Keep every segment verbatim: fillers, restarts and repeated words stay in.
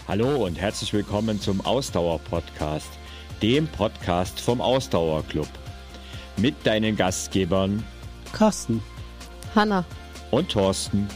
Hallo und herzlich willkommen zum Ausdauer-Podcast, dem Podcast vom Ausdauerclub. Mit deinen Gastgebern Carsten, Hanna und Thorsten.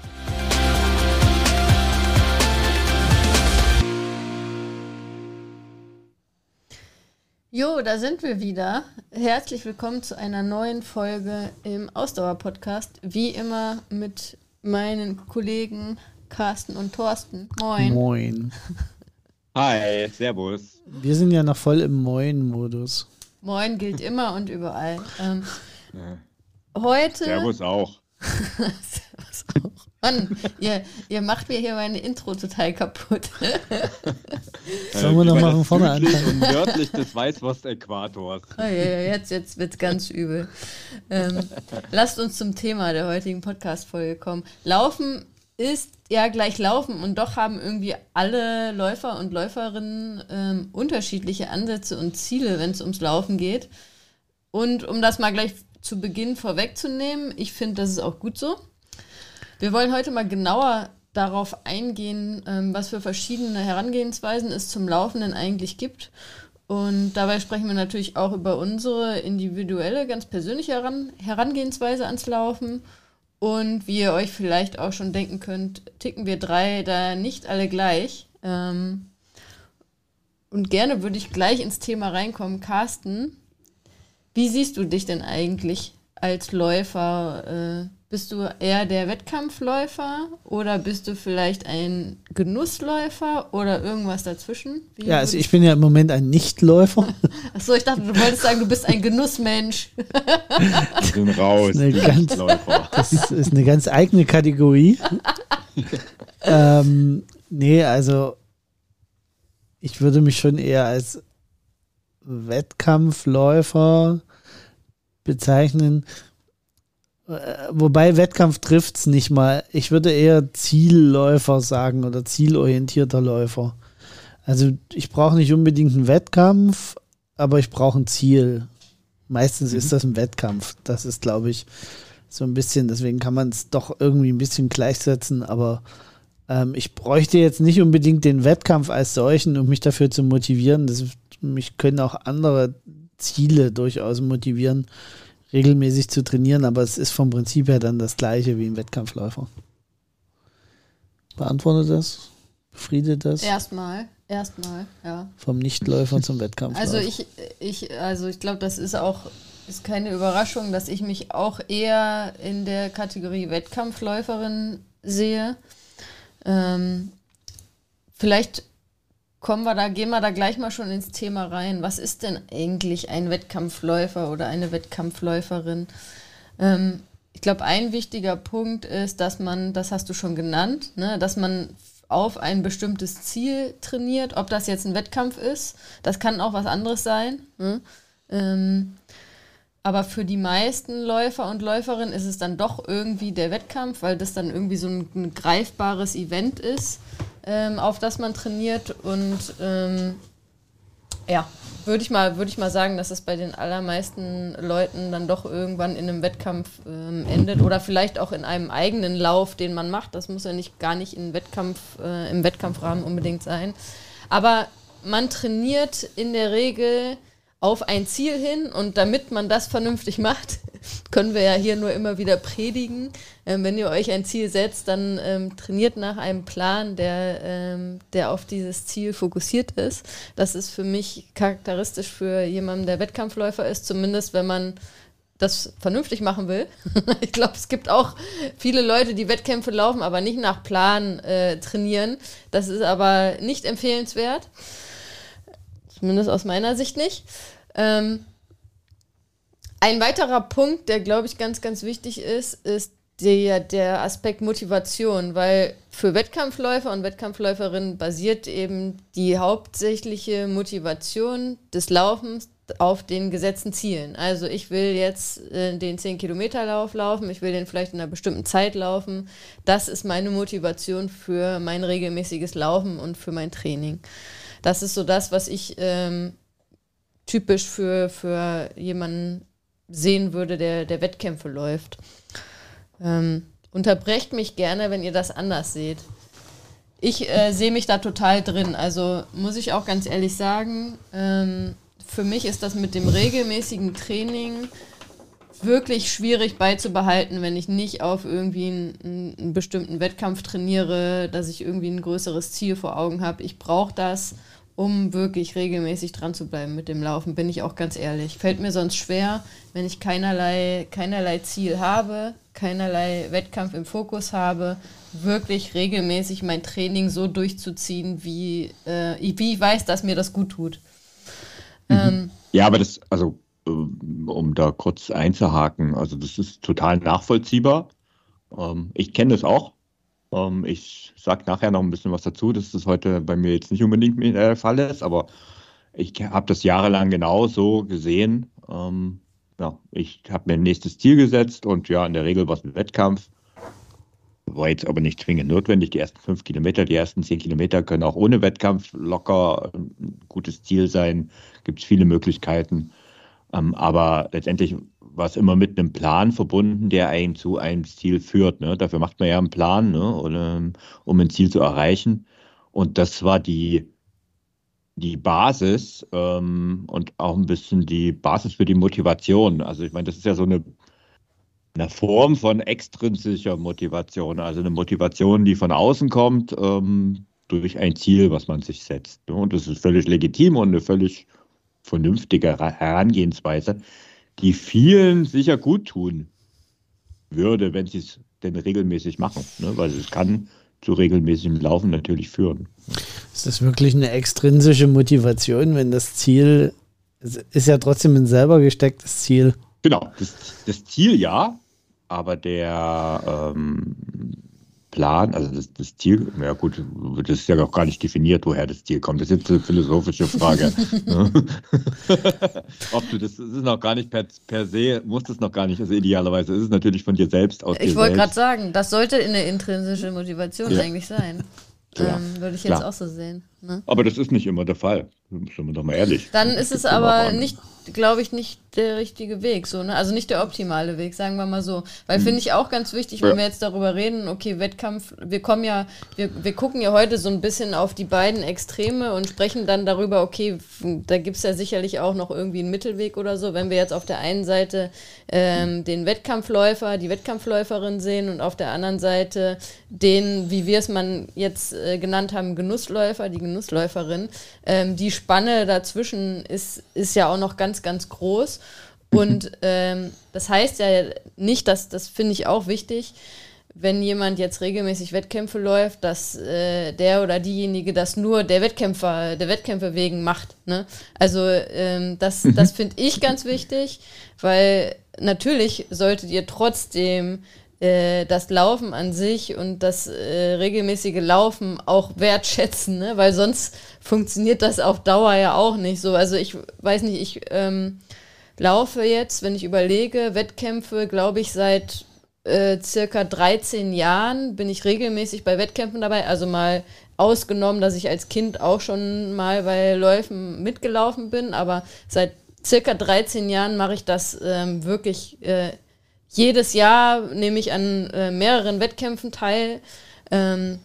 Jo, da sind wir wieder. Herzlich willkommen zu einer neuen Folge im Ausdauer-Podcast. Wie immer mit meinen Kollegen Carsten und Thorsten. Moin. Moin. Hi, servus. Wir sind ja noch voll im Moin-Modus. Moin gilt immer und überall. Ähm, ja. Heute... Servus auch. Servus auch. Mann, ihr, ihr macht mir hier meine Intro total kaputt. Sollen wir noch mal von vorne anfangen? Nördlich des Weißwurst-Äquators. Oh, ja, ja, jetzt jetzt wird es ganz übel. Ähm, lasst uns zum Thema der heutigen Podcast-Folge kommen. Laufen ist ja gleich Laufen und doch haben irgendwie alle Läufer und Läuferinnen ähm, unterschiedliche Ansätze und Ziele, wenn es ums Laufen geht. Und um das mal gleich zu Beginn vorwegzunehmen, ich finde, das ist auch gut so. Wir wollen heute mal genauer darauf eingehen, ähm, was für verschiedene Herangehensweisen es zum Laufen denn eigentlich gibt. Und dabei sprechen wir natürlich auch über unsere individuelle, ganz persönliche Heran- Herangehensweise ans Laufen. Und wie ihr euch vielleicht auch schon denken könnt, ticken wir drei da nicht alle gleich. Ähm, und gerne würde ich gleich ins Thema reinkommen. Carsten, wie siehst du dich denn eigentlich als Läufer? Äh, bist du eher der Wettkampfläufer oder bist du vielleicht ein Genussläufer oder irgendwas dazwischen? Wie ja, also ich bin ja im Moment ein Nichtläufer. Achso, ich dachte, du wolltest sagen, du bist ein Genussmensch. Ich bin raus. Das ist eine ganz, das ist eine ganz eigene Kategorie. ähm, nee, also ich würde mich schon eher als Wettkampfläufer bezeichnen. Wobei Wettkampf trifft es nicht mal. Ich würde eher Zielläufer sagen oder zielorientierter Läufer. Also ich brauche nicht unbedingt einen Wettkampf, aber ich brauche ein Ziel. Meistens mhm. ist das ein Wettkampf. Das ist, glaube ich, so ein bisschen, deswegen kann man es doch irgendwie ein bisschen gleichsetzen, aber ähm, ich bräuchte jetzt nicht unbedingt den Wettkampf als solchen, um mich dafür zu motivieren. Das, mich können auch andere Ziele durchaus motivieren, regelmäßig zu trainieren, aber es ist vom Prinzip her dann das Gleiche wie ein Wettkampfläufer. Beantwortet das? Befriedet das? Erstmal, erstmal, ja. Vom Nichtläufer zum Wettkampfläufer. Also ich, ich, also ich glaube, das ist auch ist keine Überraschung, dass ich mich auch eher in der Kategorie Wettkampfläuferin sehe. Ähm, vielleicht Kommen wir da, gehen wir da gleich mal schon ins Thema rein. Was ist denn eigentlich ein Wettkampfläufer oder eine Wettkampfläuferin? Ähm, ich glaube, ein wichtiger Punkt ist, dass man, das hast du schon genannt, ne, dass man auf ein bestimmtes Ziel trainiert. Ob das jetzt ein Wettkampf ist, das kann auch was anderes sein. Ne? Ähm, aber für die meisten Läufer und Läuferinnen ist es dann doch irgendwie der Wettkampf, weil das dann irgendwie so ein, ein greifbares Event ist, Ähm, auf das man trainiert und ähm, ja, würde ich mal, würde ich mal sagen, dass es bei den allermeisten Leuten dann doch irgendwann in einem Wettkampf ähm, endet oder vielleicht auch in einem eigenen Lauf, den man macht. Das muss ja nicht gar nicht in Wettkampf, äh, im Wettkampfrahmen unbedingt sein. Aber man trainiert in der Regel auf ein Ziel hin und damit man das vernünftig macht, können wir ja hier nur immer wieder predigen. Ähm, wenn ihr euch ein Ziel setzt, dann ähm, trainiert nach einem Plan, der, ähm, der auf dieses Ziel fokussiert ist. Das ist für mich charakteristisch für jemanden, der Wettkampfläufer ist, zumindest wenn man das vernünftig machen will. Ich glaube, es gibt auch viele Leute, die Wettkämpfe laufen, aber nicht nach Plan äh, trainieren. Das ist aber nicht empfehlenswert. Zumindest aus meiner Sicht nicht. Ähm, ein weiterer Punkt, der, glaube ich, ganz, ganz wichtig ist, ist der, der Aspekt Motivation, weil für Wettkampfläufer und Wettkampfläuferinnen basiert eben die hauptsächliche Motivation des Laufens auf den gesetzten Zielen. Also ich will jetzt äh, den zehn-Kilometer-Lauf laufen, ich will den vielleicht in einer bestimmten Zeit laufen. Das ist meine Motivation für mein regelmäßiges Laufen und für mein Training. Das ist so das, was ich ähm, typisch für, für jemanden sehen würde, der, der Wettkämpfe läuft. Ähm, unterbrecht mich gerne, wenn ihr das anders seht. ich äh, sehe mich da total drin. Also muss ich auch ganz ehrlich sagen, ähm, für mich ist das mit dem regelmäßigen Training wirklich schwierig beizubehalten, wenn ich nicht auf irgendwie einen, einen bestimmten Wettkampf trainiere, dass ich irgendwie ein größeres Ziel vor Augen habe. Ich brauche das, um wirklich regelmäßig dran zu bleiben mit dem Laufen, bin ich auch ganz ehrlich. Fällt mir sonst schwer, wenn ich keinerlei, keinerlei Ziel habe, keinerlei Wettkampf im Fokus habe, wirklich regelmäßig mein Training so durchzuziehen, wie, äh, wie ich weiß, dass mir das gut tut. Mhm. Ähm, ja, aber das, also um da kurz einzuhaken, also das ist total nachvollziehbar. Ähm, ich kenne das auch. Ähm, ich sage nachher noch ein bisschen was dazu, dass das heute bei mir jetzt nicht unbedingt der Fall ist, aber ich habe das jahrelang genau so gesehen. Ähm, ja, ich habe mir ein nächstes Ziel gesetzt und ja, in der Regel war es ein Wettkampf. War jetzt aber nicht zwingend notwendig. Die ersten fünf Kilometer, die ersten zehn Kilometer können auch ohne Wettkampf locker ein gutes Ziel sein. Gibt es viele Möglichkeiten. Ähm, aber letztendlich war es immer mit einem Plan verbunden, der einen zu einem Ziel führt. Ne? Dafür macht man ja einen Plan, ne? Oder, um ein Ziel zu erreichen. Und das war die, die Basis ähm, und auch ein bisschen die Basis für die Motivation. Also ich meine, das ist ja so eine Eine Form von extrinsischer Motivation, also eine Motivation, die von außen kommt, ähm, durch ein Ziel, was man sich setzt. Ne? Und das ist völlig legitim und eine völlig vernünftige Herangehensweise, die vielen sicher gut tun würde, wenn sie es denn regelmäßig machen. Ne? Weil es kann zu regelmäßigem Laufen natürlich führen. Ist das wirklich eine extrinsische Motivation, wenn das Ziel, es ist ja trotzdem ein selber gestecktes Ziel? Genau, das, das Ziel ja, aber der ähm, Plan, also das, das Ziel, ja gut, das ist ja auch gar nicht definiert, woher das Ziel kommt. Das ist jetzt eine philosophische Frage. Ob du das, das ist noch gar nicht per, per se, muss das noch gar nicht, also idealerweise ist es natürlich von dir selbst aus dir ich wollte selbst. gerade sagen, das sollte eine intrinsische Motivation Ja. eigentlich sein. Klar, Ähm, würde ich jetzt klar. auch so sehen. Ne? Aber das ist nicht immer der Fall. Sind wir doch mal ehrlich. Dann ist es Das kommt aber auch an. nicht, glaube ich, nicht der richtige Weg, so, ne? Also nicht der optimale Weg, sagen wir mal so. Weil finde ich auch ganz wichtig, wenn Ja. wir jetzt darüber reden, okay, Wettkampf, wir kommen ja, wir, wir gucken ja heute so ein bisschen auf die beiden Extreme und sprechen dann darüber, okay, da gibt es ja sicherlich auch noch irgendwie einen Mittelweg oder so. Wenn wir jetzt auf der einen Seite ähm, den Wettkampfläufer, die Wettkampfläuferin sehen und auf der anderen Seite den, wie wir es man jetzt äh, genannt haben, Genussläufer, die Genussläuferin, ähm, die Spanne dazwischen ist, ist ja auch noch ganz, ganz groß. Und ähm, das heißt ja nicht, dass, das finde ich auch wichtig, wenn jemand jetzt regelmäßig Wettkämpfe läuft, dass äh, der oder diejenige das nur der Wettkämpfer, der Wettkämpfe wegen macht. Ne? Also ähm, das, das finde ich ganz wichtig, weil natürlich solltet ihr trotzdem äh, das Laufen an sich und das äh, regelmäßige Laufen auch wertschätzen, ne? Weil sonst funktioniert das auf Dauer ja auch nicht so. Also ich weiß nicht, ich ähm, laufe jetzt, wenn ich überlege, Wettkämpfe, glaube ich, seit äh, circa dreizehn Jahren bin ich regelmäßig bei Wettkämpfen dabei, also mal ausgenommen, dass ich als Kind auch schon mal bei Läufen mitgelaufen bin, aber seit circa dreizehn Jahren mache ich das ähm, wirklich äh, jedes Jahr, nehme ich an äh, mehreren Wettkämpfen teil ähm,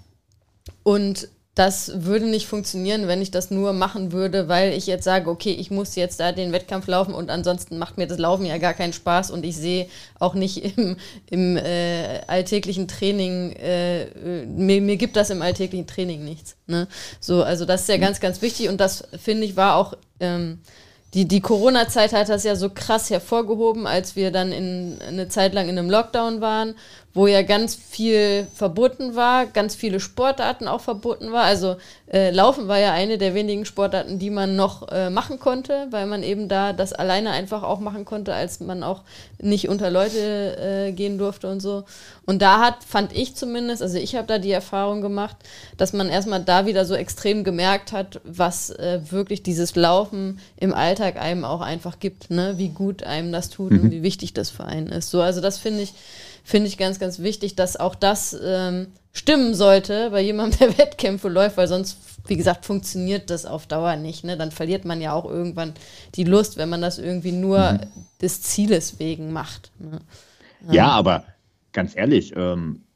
und das würde nicht funktionieren, wenn ich das nur machen würde, weil ich jetzt sage, okay, ich muss jetzt da den Wettkampf laufen und ansonsten macht mir das Laufen ja gar keinen Spaß und ich sehe auch nicht im, im äh, alltäglichen Training, äh, mir, mir gibt das im alltäglichen Training nichts. Ne? So, also das ist ja ganz, ganz wichtig und das, finde ich, war auch, ähm, die, die Corona-Zeit hat das ja so krass hervorgehoben, als wir dann in, eine Zeit lang in einem Lockdown waren, wo ja ganz viel verboten war, ganz viele Sportarten auch verboten war. Also äh, Laufen war ja eine der wenigen Sportarten, die man noch äh, machen konnte, weil man eben da das alleine einfach auch machen konnte, als man auch nicht unter Leute äh, gehen durfte und so. Und da hat, fand ich zumindest, also ich habe da die Erfahrung gemacht, dass man erstmal da wieder so extrem gemerkt hat, was äh, wirklich dieses Laufen im Alltag einem auch einfach gibt, ne? Wie gut einem das tut mhm. und wie wichtig das für einen ist. So, also das finde ich Finde ich ganz, ganz wichtig, dass auch das ähm, stimmen sollte bei jemandem, der Wettkämpfe läuft, weil sonst, wie gesagt, funktioniert das auf Dauer nicht. Ne? Dann verliert man ja auch irgendwann die Lust, wenn man das irgendwie nur mhm. des Zieles wegen macht. Ne? Ja, aber ganz ehrlich, ähm,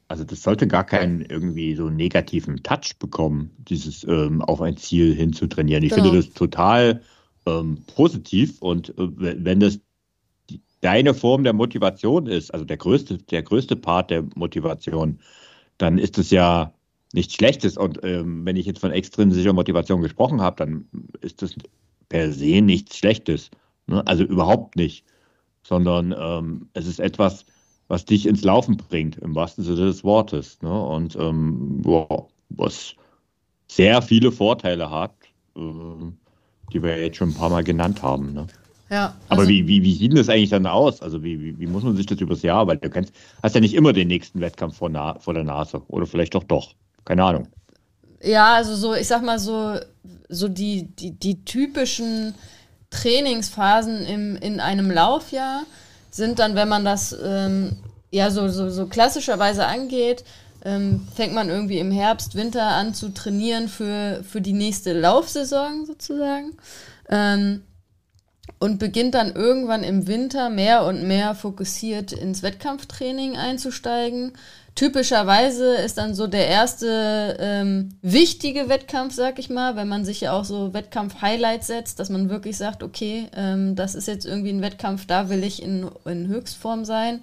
Also das sollte gar keinen irgendwie so negativen Touch bekommen, dieses ähm, auf ein Ziel hinzutrainieren. Ich Genau. finde das total ähm, positiv und äh, wenn das die, deine Form der Motivation ist, also der größte, der größte Part der Motivation, dann ist es ja nichts Schlechtes. Und ähm, wenn ich jetzt von extrinsischer Motivation gesprochen habe, dann ist das per se nichts Schlechtes. Ne? Also überhaupt nicht, sondern ähm, es ist etwas, was dich ins Laufen bringt, im wahrsten Sinne des Wortes. Ne? Und ähm, wow, was sehr viele Vorteile hat, äh, die wir jetzt schon ein paar Mal genannt haben. Ne? Ja, Aber also wie, wie, wie sieht denn das eigentlich dann aus? Also wie, wie, wie muss man sich das übers Jahr, weil du kennst, hast ja nicht immer den nächsten Wettkampf vor, na, vor der Nase. Oder vielleicht doch doch. Keine Ahnung. ja, also so, ich sag mal so, so die, die, die typischen Trainingsphasen im, in einem Laufjahr sind dann, wenn man das ähm, ja so, so, so klassischerweise angeht, ähm, fängt man irgendwie im Herbst, Winter an zu trainieren für, für die nächste Laufsaison sozusagen. Ähm, und beginnt dann irgendwann im Winter mehr und mehr fokussiert ins Wettkampftraining einzusteigen. Typischerweise ist dann so der erste ähm, wichtige Wettkampf, sag ich mal, wenn man sich ja auch so Wettkampf-Highlights setzt, dass man wirklich sagt, okay, ähm, das ist jetzt irgendwie ein Wettkampf, da will ich in, in Höchstform sein.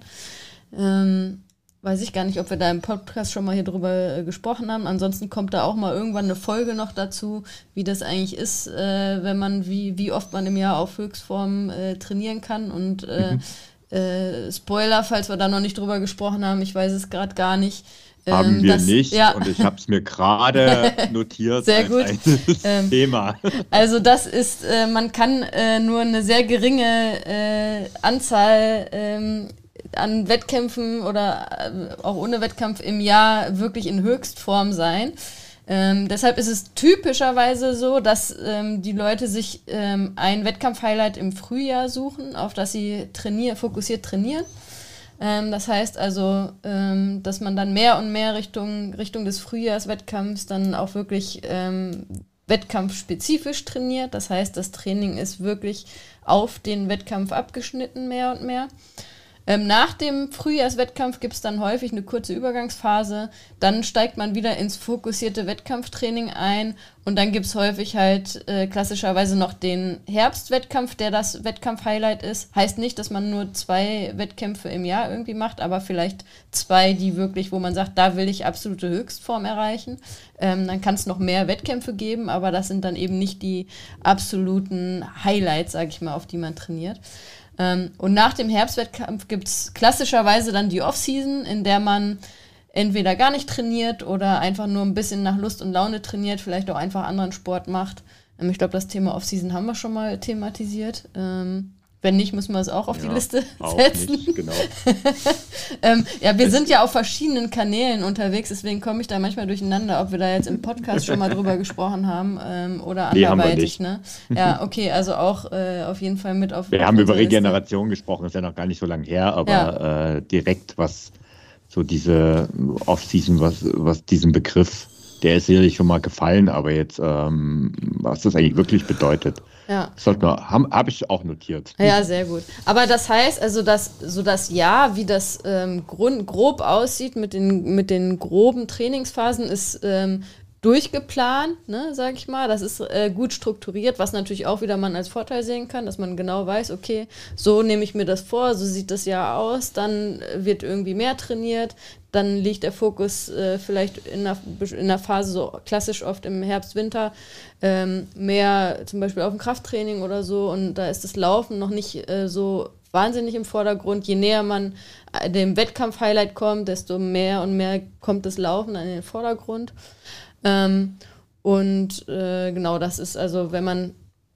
Ähm, weiß ich gar nicht, ob wir da im Podcast schon mal hier drüber äh, gesprochen haben. Ansonsten kommt da auch mal irgendwann eine Folge noch dazu, wie das eigentlich ist, äh, wenn man, wie, wie oft man im Jahr auf Höchstform äh, trainieren kann. Und äh, mhm. äh, Spoiler, falls wir da noch nicht drüber gesprochen haben, ich weiß es gerade gar nicht. Ähm, Haben wir das, nicht ja. und ich habe es mir gerade notiert sehr als gut. ein ähm, Thema. Also das ist, äh, man kann äh, nur eine sehr geringe äh, Anzahl ähm, an Wettkämpfen oder äh, auch ohne Wettkampf im Jahr wirklich in Höchstform sein. Ähm, deshalb ist es typischerweise so, dass ähm, die Leute sich ähm, ein Wettkampf-Highlight im Frühjahr suchen, auf das sie trainier- fokussiert trainieren. Ähm, das heißt also, ähm, dass man dann mehr und mehr Richtung, Richtung des Frühjahrswettkampfs dann auch wirklich ähm, wettkampfspezifisch trainiert. Das heißt, das Training ist wirklich auf den Wettkampf abgeschnitten, mehr und mehr. Ähm, nach dem Frühjahrswettkampf gibt es dann häufig eine kurze Übergangsphase, dann steigt man wieder ins fokussierte Wettkampftraining ein und dann gibt es häufig halt äh, klassischerweise noch den Herbstwettkampf, der das Wettkampf-Highlight ist. Heißt nicht, dass man nur zwei Wettkämpfe im Jahr irgendwie macht, aber vielleicht zwei, die wirklich, wo man sagt, da will ich absolute Höchstform erreichen. Ähm, dann kann es noch mehr Wettkämpfe geben, aber das sind dann eben nicht die absoluten Highlights, sag ich mal, auf die man trainiert. Ähm, und nach dem Herbstwettkampf gibt es klassischerweise dann die Off-Season, in der man entweder gar nicht trainiert oder einfach nur ein bisschen nach Lust und Laune trainiert, vielleicht auch einfach anderen Sport macht. Ähm, ich glaube, das Thema Off-Season haben wir schon mal thematisiert. Ähm, wenn nicht, müssen wir es auch auf ja, die Liste auch setzen. Nicht, genau. ähm, ja, wir es sind ja auf verschiedenen Kanälen unterwegs, deswegen komme ich da manchmal durcheinander, ob wir da jetzt im Podcast schon mal drüber gesprochen haben ähm, oder anderweitig. Nee, ne? Ja, okay, also auch äh, auf jeden Fall mit auf Wir auf haben über Regeneration Liste. gesprochen, ist ja noch gar nicht so lange her, aber ja. äh, direkt was so diese Off-Season, was, was diesen Begriff, der ist sicherlich schon mal gefallen, aber jetzt, ähm, was das eigentlich wirklich bedeutet. Ja. Habe hab ich auch notiert. Ja, sehr gut. Aber das heißt also, dass so das Jahr, wie das ähm, Grund, grob aussieht mit den, mit den groben Trainingsphasen, ist ähm, durchgeplant, ne, sag ich mal. Das ist äh, gut strukturiert, was natürlich auch wieder man als Vorteil sehen kann, dass man genau weiß, okay, so nehme ich mir das vor, so sieht das Jahr aus, dann wird irgendwie mehr trainiert, dann liegt der Fokus äh, vielleicht in einer, in einer Phase so klassisch oft im Herbst, Winter ähm, mehr zum Beispiel auf dem Krafttraining oder so und da ist das Laufen noch nicht äh, so wahnsinnig im Vordergrund. Je näher man dem Wettkampf-Highlight kommt, desto mehr und mehr kommt das Laufen dann in den Vordergrund. Ähm, und äh, genau, das ist also, wenn man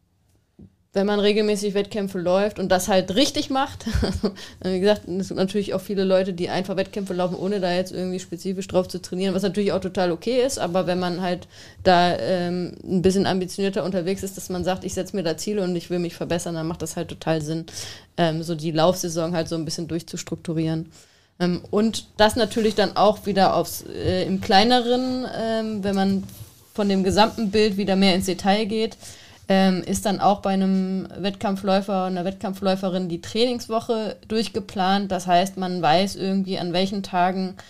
wenn man regelmäßig Wettkämpfe läuft und das halt richtig macht, wie gesagt, es gibt natürlich auch viele Leute, die einfach Wettkämpfe laufen, ohne da jetzt irgendwie spezifisch drauf zu trainieren, was natürlich auch total okay ist, aber wenn man halt da ähm, ein bisschen ambitionierter unterwegs ist, dass man sagt, ich setze mir da Ziele und ich will mich verbessern, dann macht das halt total Sinn, ähm, so die Laufsaison halt so ein bisschen durchzustrukturieren. Ähm, und das natürlich dann auch wieder aufs, äh, im Kleineren, ähm, wenn man von dem gesamten Bild wieder mehr ins Detail geht, ähm, ist dann auch bei einem Wettkampfläufer und einer Wettkampfläuferin die Trainingswoche durchgeplant. Das heißt, man weiß irgendwie, an welchen Tagen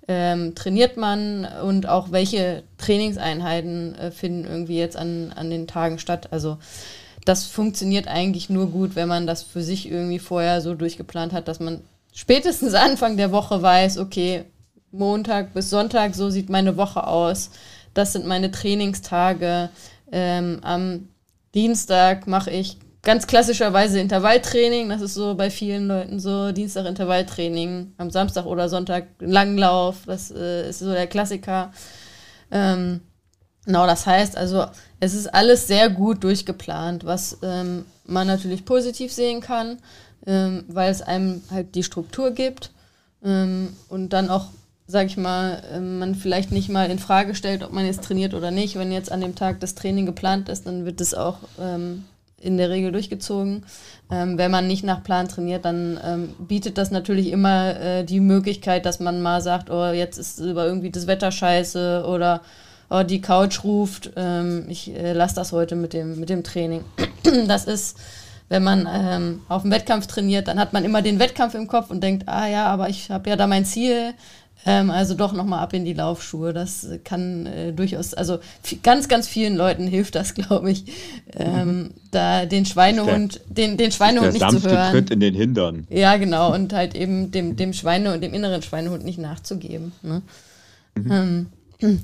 ähm, trainiert man und auch welche Trainingseinheiten äh, finden irgendwie jetzt an, an den Tagen statt. Also das funktioniert eigentlich nur gut, wenn man das für sich irgendwie vorher so durchgeplant hat, dass man spätestens Anfang der Woche weiß, okay, Montag bis Sonntag, so sieht meine Woche aus. Das sind meine Trainingstage. Ähm, am Dienstag mache ich ganz klassischerweise Intervalltraining. Das ist so bei vielen Leuten so. Dienstag Intervalltraining, am Samstag oder Sonntag Langlauf. Das äh, ist so der Klassiker. Ähm, genau, das heißt also, es ist alles sehr gut durchgeplant, was ähm, man natürlich positiv sehen kann, ähm, weil es einem halt die Struktur gibt ähm, und dann auch, sag ich mal, ähm, man vielleicht nicht mal in Frage stellt, ob man jetzt trainiert oder nicht. Wenn jetzt an dem Tag das Training geplant ist, dann wird es auch ähm, in der Regel durchgezogen. Ähm, wenn man nicht nach Plan trainiert, dann ähm, bietet das natürlich immer äh, die Möglichkeit, dass man mal sagt, oh, jetzt ist über irgendwie das Wetter scheiße oder oh, die Couch ruft, ähm, ich äh, lasse das heute mit dem, mit dem Training. Das ist, wenn man ähm, auf dem Wettkampf trainiert, dann hat man immer den Wettkampf im Kopf und denkt, ah ja, aber ich habe ja da mein Ziel, ähm, also doch nochmal ab in die Laufschuhe. Das kann äh, durchaus, also f- ganz, ganz vielen Leuten hilft das, glaube ich, ähm, da den Schweinehund, den, den Schweinehund nicht zu hören. Der sanfte Tritt in den Hintern. Ja, genau, und halt eben dem, dem Schweine- und dem inneren Schweinehund nicht nachzugeben. Ne? Mhm. Ähm,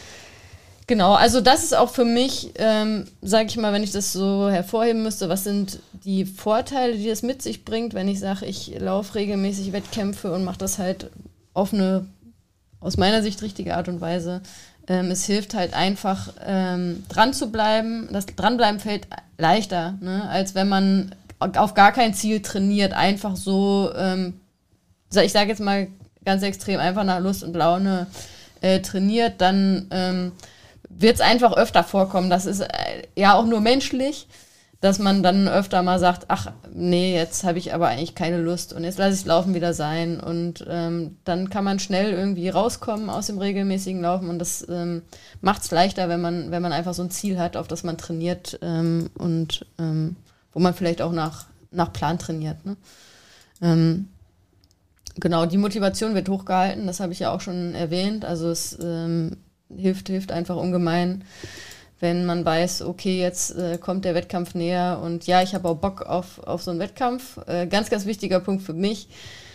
Genau, also das ist auch für mich, ähm, sage ich mal, wenn ich das so hervorheben müsste, was sind die Vorteile, die das mit sich bringt, wenn ich sage, ich laufe regelmäßig Wettkämpfe und mache das halt auf eine, aus meiner Sicht, richtige Art und Weise. Ähm, es hilft halt einfach, ähm, dran zu bleiben. Das Dranbleiben fällt leichter, ne, als wenn man auf gar kein Ziel trainiert, einfach so, ähm, ich sage jetzt mal ganz extrem, einfach nach Lust und Laune äh, trainiert, dann ähm, wird es einfach öfter vorkommen. Das ist äh, ja auch nur menschlich, dass man dann öfter mal sagt, ach nee, jetzt habe ich aber eigentlich keine Lust und jetzt lasse ich Laufen wieder sein. Und ähm, dann kann man schnell irgendwie rauskommen aus dem regelmäßigen Laufen und das ähm, macht es leichter, wenn man, wenn man einfach so ein Ziel hat, auf das man trainiert ähm, und ähm, wo man vielleicht auch nach, nach Plan trainiert. Ne? Ähm, genau, die Motivation wird hochgehalten, das habe ich ja auch schon erwähnt. Also es ähm, hilft, hilft einfach ungemein, wenn man weiß, okay, jetzt äh, kommt der Wettkampf näher und ja, ich habe auch Bock auf, auf so einen Wettkampf. Äh, ganz, ganz wichtiger Punkt für mich.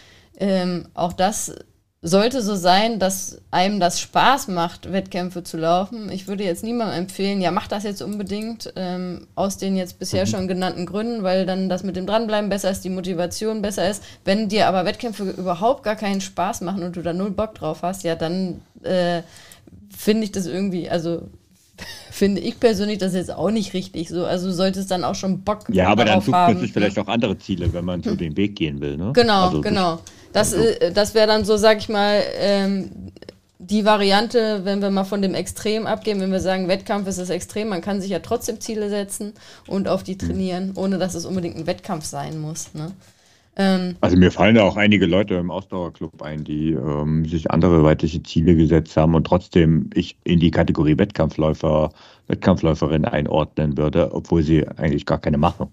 Ähm, auch das sollte so sein, dass einem das Spaß macht, Wettkämpfe zu laufen. Ich würde jetzt niemandem empfehlen, ja, mach das jetzt unbedingt, ähm, aus den jetzt bisher schon genannten Gründen, weil dann das mit dem Dranbleiben besser ist, die Motivation besser ist. Wenn dir aber Wettkämpfe überhaupt gar keinen Spaß machen und du da null Bock drauf hast, ja, dann äh, finde ich das irgendwie, also finde ich persönlich das jetzt auch nicht richtig so. Also du solltest dann auch schon Bock Ja, aber dann darauf sucht man haben. sich vielleicht auch andere Ziele, wenn man so den Weg gehen will. Ne? Genau, also genau. Das, also- äh, das wäre dann so, sag ich mal, ähm, die Variante, wenn wir mal von dem Extrem abgehen, wenn wir sagen, Wettkampf ist das Extrem, man kann sich ja trotzdem Ziele setzen und auf die trainieren, ohne dass es unbedingt ein Wettkampf sein muss. Ne? Ähm, Also mir fallen da auch einige Leute im Ausdauerclub ein, die ähm, sich andere weitliche Ziele gesetzt haben und trotzdem ich in die Kategorie Wettkampfläufer, Wettkampfläuferin einordnen würde, obwohl sie eigentlich gar keine machen.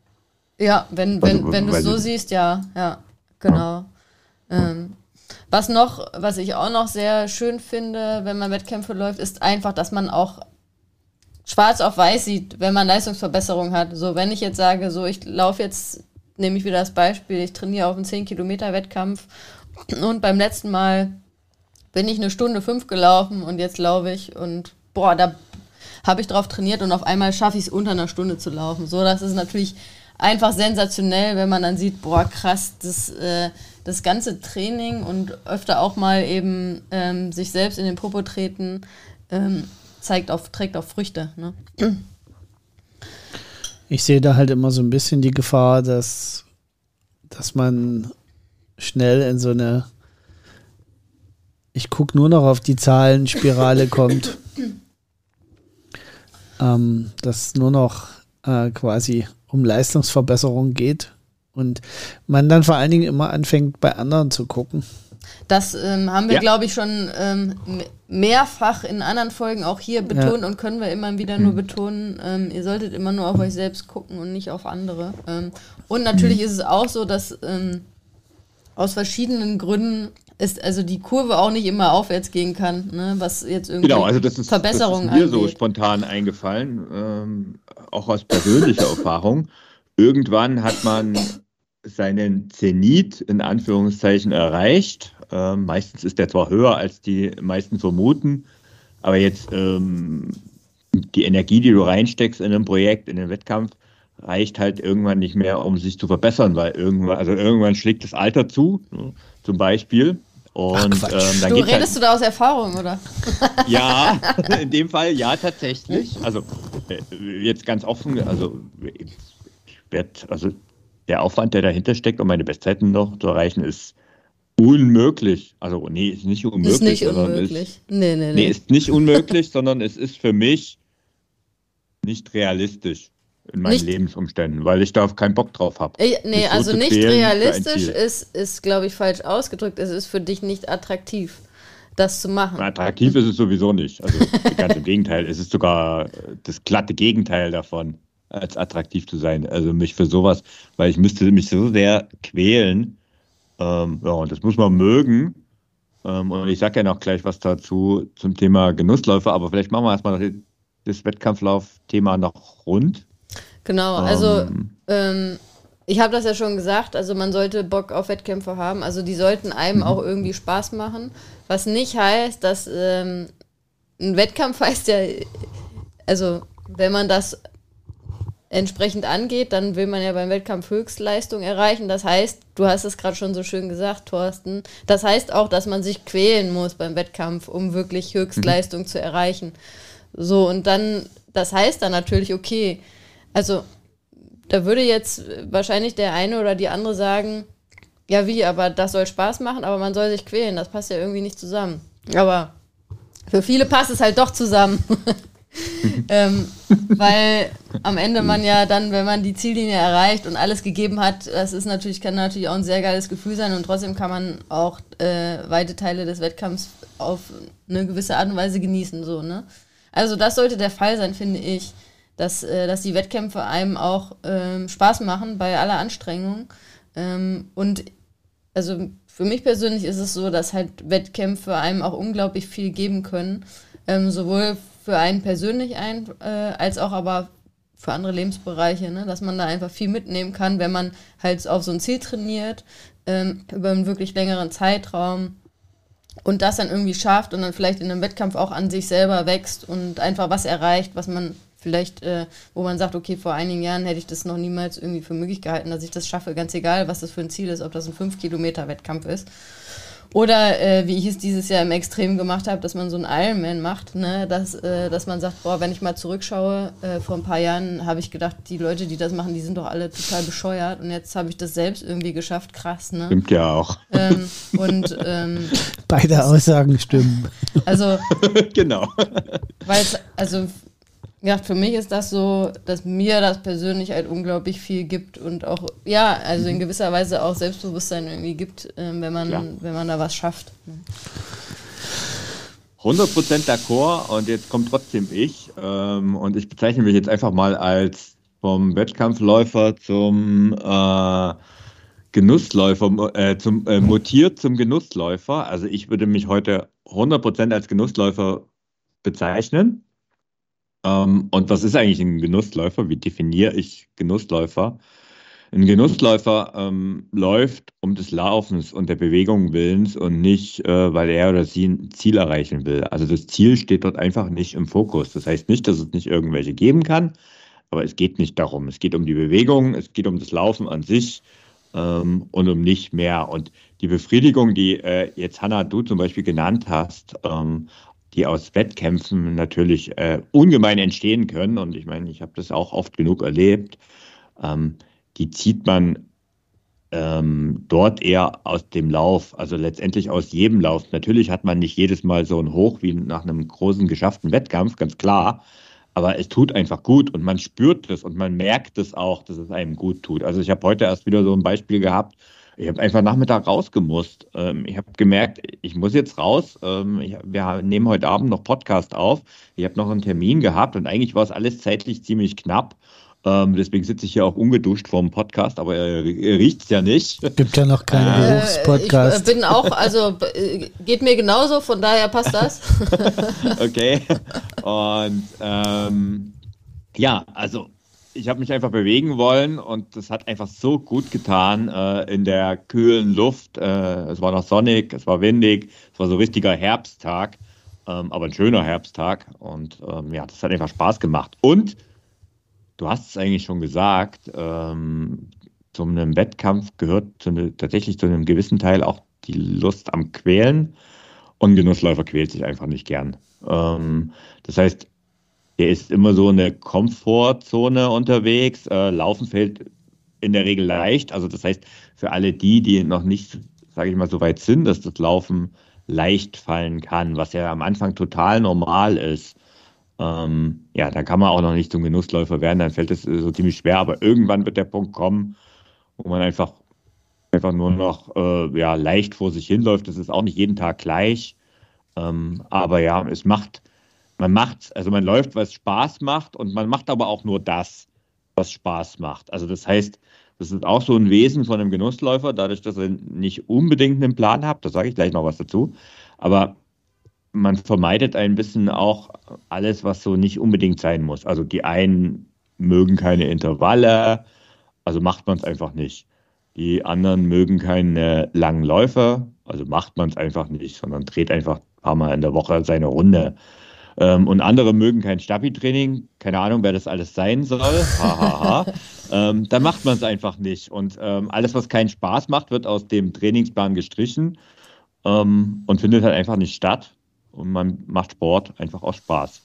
Ja, wenn, wenn, Also, wenn du es weil so sie- siehst, ja, ja, genau. Ähm, was noch, was ich auch noch sehr schön finde, wenn man Wettkämpfe läuft, ist einfach, dass man auch schwarz auf weiß sieht, wenn man Leistungsverbesserung hat. So, wenn ich jetzt sage, so, ich laufe jetzt, nehme ich wieder das Beispiel, ich trainiere auf einen zehn Kilometer Wettkampf und beim letzten Mal bin ich eine Stunde fünf gelaufen und jetzt laufe ich und boah, da habe ich drauf trainiert und auf einmal schaffe ich es unter einer Stunde zu laufen. So, das ist natürlich einfach sensationell, wenn man dann sieht, boah, krass, das, äh, das ganze Training und öfter auch mal eben ähm, sich selbst in den Popo treten, ähm, zeigt auf, trägt auf Früchte. Ne? Ich sehe da halt immer so ein bisschen die Gefahr, dass, dass man schnell in so eine ich gucke nur noch auf die Zahlenspirale kommt. Ähm, dass nur noch äh, quasi um Leistungsverbesserung geht und man dann vor allen Dingen immer anfängt, bei anderen zu gucken. Das ähm, haben wir, Ja. glaube ich, schon ähm, m- mehrfach in anderen Folgen auch hier betont und können wir immer wieder nur betonen, ähm, ihr solltet immer nur auf euch selbst gucken und nicht auf andere. Ähm, und natürlich ist es auch so, dass ähm, aus verschiedenen Gründen es, also die Kurve auch nicht immer aufwärts gehen kann, ne? Was jetzt irgendwie Genau, also das ist, Verbesserungen das ist mir angeht. so spontan eingefallen, ähm, auch aus persönlicher Erfahrung. Irgendwann hat man seinen Zenit in Anführungszeichen erreicht. Ähm, meistens ist der zwar höher, als die meisten vermuten, aber jetzt ähm, die Energie, die du reinsteckst in ein Projekt, in den Wettkampf, reicht halt irgendwann nicht mehr, um sich zu verbessern, weil irgendwann, also irgendwann schlägt das Alter zu, ne, zum Beispiel. Und Ach, ähm, dann Du geht's redest halt, du da aus Erfahrung, oder? ja, in dem Fall ja tatsächlich. Also äh, jetzt ganz offen, also ich werd, also der Aufwand, der dahinter steckt, um meine Bestzeiten noch zu erreichen, ist unmöglich. Also nee, ist nicht unmöglich, Ist nicht sondern unmöglich. ist, Nee, nee, nee, nee. ist nicht unmöglich, sondern es ist für mich nicht realistisch in meinen Nicht- Lebensumständen, weil ich da keinen Bock drauf habe. Ich, nee, mich so also zu nicht quälen für ein realistisch Ziel. ist, ist glaube ich, falsch ausgedrückt. Es ist für dich nicht attraktiv, das zu machen. Attraktiv ist es sowieso nicht. Also ganz im Gegenteil. Es ist sogar das glatte Gegenteil davon, als attraktiv zu sein. Also mich für sowas, weil ich müsste mich so sehr quälen. Ähm, ja, und das muss man mögen. Ähm, und ich sage ja noch gleich was dazu zum Thema Genussläufer, aber vielleicht machen wir erstmal noch das Wettkampflauf-Thema noch rund. Genau, also Ähm, ähm, ich habe das ja schon gesagt, also man sollte Bock auf Wettkämpfe haben, also die sollten einem auch irgendwie Spaß machen, was nicht heißt, dass ähm, ein Wettkampf heißt ja, also wenn man das entsprechend angeht, dann will man ja beim Wettkampf Höchstleistung erreichen, das heißt, du hast es gerade schon so schön gesagt, Thorsten, das heißt auch, dass man sich quälen muss beim Wettkampf, um wirklich Höchstleistung zu erreichen. So, und dann, das heißt dann natürlich, okay, also da würde jetzt wahrscheinlich der eine oder die andere sagen, ja wie, aber das soll Spaß machen, aber man soll sich quälen, das passt ja irgendwie nicht zusammen. Aber für viele passt es halt doch zusammen. ähm, weil am Ende man ja dann, wenn man die Ziellinie erreicht und alles gegeben hat, das ist natürlich, kann natürlich auch ein sehr geiles Gefühl sein und trotzdem kann man auch äh, weite Teile des Wettkampfs auf eine gewisse Art und Weise genießen, so, ne? Also das sollte der Fall sein, finde ich, dass, äh, dass die Wettkämpfe einem auch ähm, Spaß machen bei aller Anstrengung. Ähm, und also für mich persönlich ist es so, dass halt Wettkämpfe einem auch unglaublich viel geben können. Ähm, sowohl für einen persönlich ein, äh, als auch aber für andere Lebensbereiche, ne? Dass man da einfach viel mitnehmen kann, wenn man halt auf so ein Ziel trainiert, ähm, über einen wirklich längeren Zeitraum. Und das dann irgendwie schafft und dann vielleicht in einem Wettkampf auch an sich selber wächst und einfach was erreicht, was man vielleicht, äh, wo man sagt, okay, vor einigen Jahren hätte ich das noch niemals irgendwie für möglich gehalten, dass ich das schaffe, ganz egal, was das für ein Ziel ist, ob das ein fünf Kilometer Wettkampf ist. Oder äh, wie ich es dieses Jahr im Extrem gemacht habe, dass man so einen Ironman macht, ne? dass, äh, dass man sagt, boah, wenn ich mal zurückschaue, äh, vor ein paar Jahren habe ich gedacht, die Leute, die das machen, die sind doch alle total bescheuert und jetzt habe ich das selbst irgendwie geschafft, krass, ne? Stimmt ja auch. Ähm, und ähm, Beide Aussagen stimmen. also, Genau. weil es, also, ja, für mich ist das so, dass mir das persönlich halt unglaublich viel gibt und auch, ja, also in gewisser Weise auch Selbstbewusstsein irgendwie gibt, ähm, wenn man, Klar. wenn man da was schafft. hundert Prozent d'accord und jetzt kommt trotzdem ich ähm, und ich bezeichne mich jetzt einfach mal als vom Wettkampfläufer zum äh, Genussläufer, äh, zum äh, mutiert zum Genussläufer. Also ich würde mich heute hundert Prozent als Genussläufer bezeichnen. Ähm, und was ist eigentlich ein Genussläufer? Wie definiere ich Genussläufer? Ein Genussläufer ähm, läuft um des Laufens und der Bewegung willens und nicht, äh, weil er oder sie ein Ziel erreichen will. Also das Ziel steht dort einfach nicht im Fokus. Das heißt nicht, dass es nicht irgendwelche geben kann, aber es geht nicht darum. Es geht um die Bewegung, es geht um das Laufen an sich ähm, und um nicht mehr. Und die Befriedigung, die äh, jetzt Hanna, du zum Beispiel genannt hast, ähm, die aus Wettkämpfen natürlich äh, ungemein entstehen können, und ich meine, ich habe das auch oft genug erlebt, ähm, die zieht man ähm, dort eher aus dem Lauf, also letztendlich aus jedem Lauf. Natürlich hat man nicht jedes Mal so ein Hoch wie nach einem großen geschafften Wettkampf, ganz klar, aber es tut einfach gut und man spürt es und man merkt es auch, dass es einem gut tut. Also ich habe heute erst wieder so ein Beispiel gehabt, ich habe einfach Nachmittag rausgemusst. Ähm, ich habe gemerkt, ich muss jetzt raus. Ähm, ich, wir nehmen heute Abend noch Podcast auf. Ich habe noch einen Termin gehabt und eigentlich war es alles zeitlich ziemlich knapp. Ähm, deswegen sitze ich hier auch ungeduscht vorm Podcast, aber ihr, ihr riecht es ja nicht. Gibt ja noch keinen Äh, Berufspodcast. ich bin auch, also äh, geht mir genauso, von daher passt das. Okay. Und ähm, ja, also ich habe mich einfach bewegen wollen und das hat einfach so gut getan äh, in der kühlen Luft. Äh, es war noch sonnig, es war windig, es war so richtiger Herbsttag, ähm, aber ein schöner Herbsttag. Und ähm, ja, das hat einfach Spaß gemacht. Und du hast es eigentlich schon gesagt, ähm, zu einem Wettkampf gehört zu ne, tatsächlich zu einem gewissen Teil auch die Lust am Quälen. Und ein Genussläufer quält sich einfach nicht gern. Ähm, das heißt, er ist immer so in der Komfortzone unterwegs. Äh, Laufen fällt in der Regel leicht. Also das heißt, für alle die, die noch nicht, sage ich mal, so weit sind, dass das Laufen leicht fallen kann, was ja am Anfang total normal ist. Ähm, ja, da kann man auch noch nicht zum Genussläufer werden, dann fällt es äh, so ziemlich schwer. Aber irgendwann wird der Punkt kommen, wo man einfach, einfach nur noch äh, ja, leicht vor sich hinläuft. Das ist auch nicht jeden Tag gleich. Ähm, aber ja, es macht Man macht, also man läuft, was Spaß macht und man macht aber auch nur das, was Spaß macht. Also das heißt, das ist auch so ein Wesen von einem Genussläufer, dadurch, dass ihr nicht unbedingt einen Plan habt, da sage ich gleich noch was dazu, aber man vermeidet ein bisschen auch alles, was so nicht unbedingt sein muss. Also die einen mögen keine Intervalle, also macht man es einfach nicht. Die anderen mögen keine langen Läufe, also macht man es einfach nicht, sondern dreht einfach ein paar Mal in der Woche seine Runde. Ähm, und andere mögen kein Stabi-Training, keine Ahnung, wer das alles sein soll, ha, ha, ha. ähm, dann macht man es einfach nicht. Und ähm, alles, was keinen Spaß macht, wird aus dem Trainingsplan gestrichen ähm, und findet halt einfach nicht statt. Und man macht Sport einfach aus Spaß.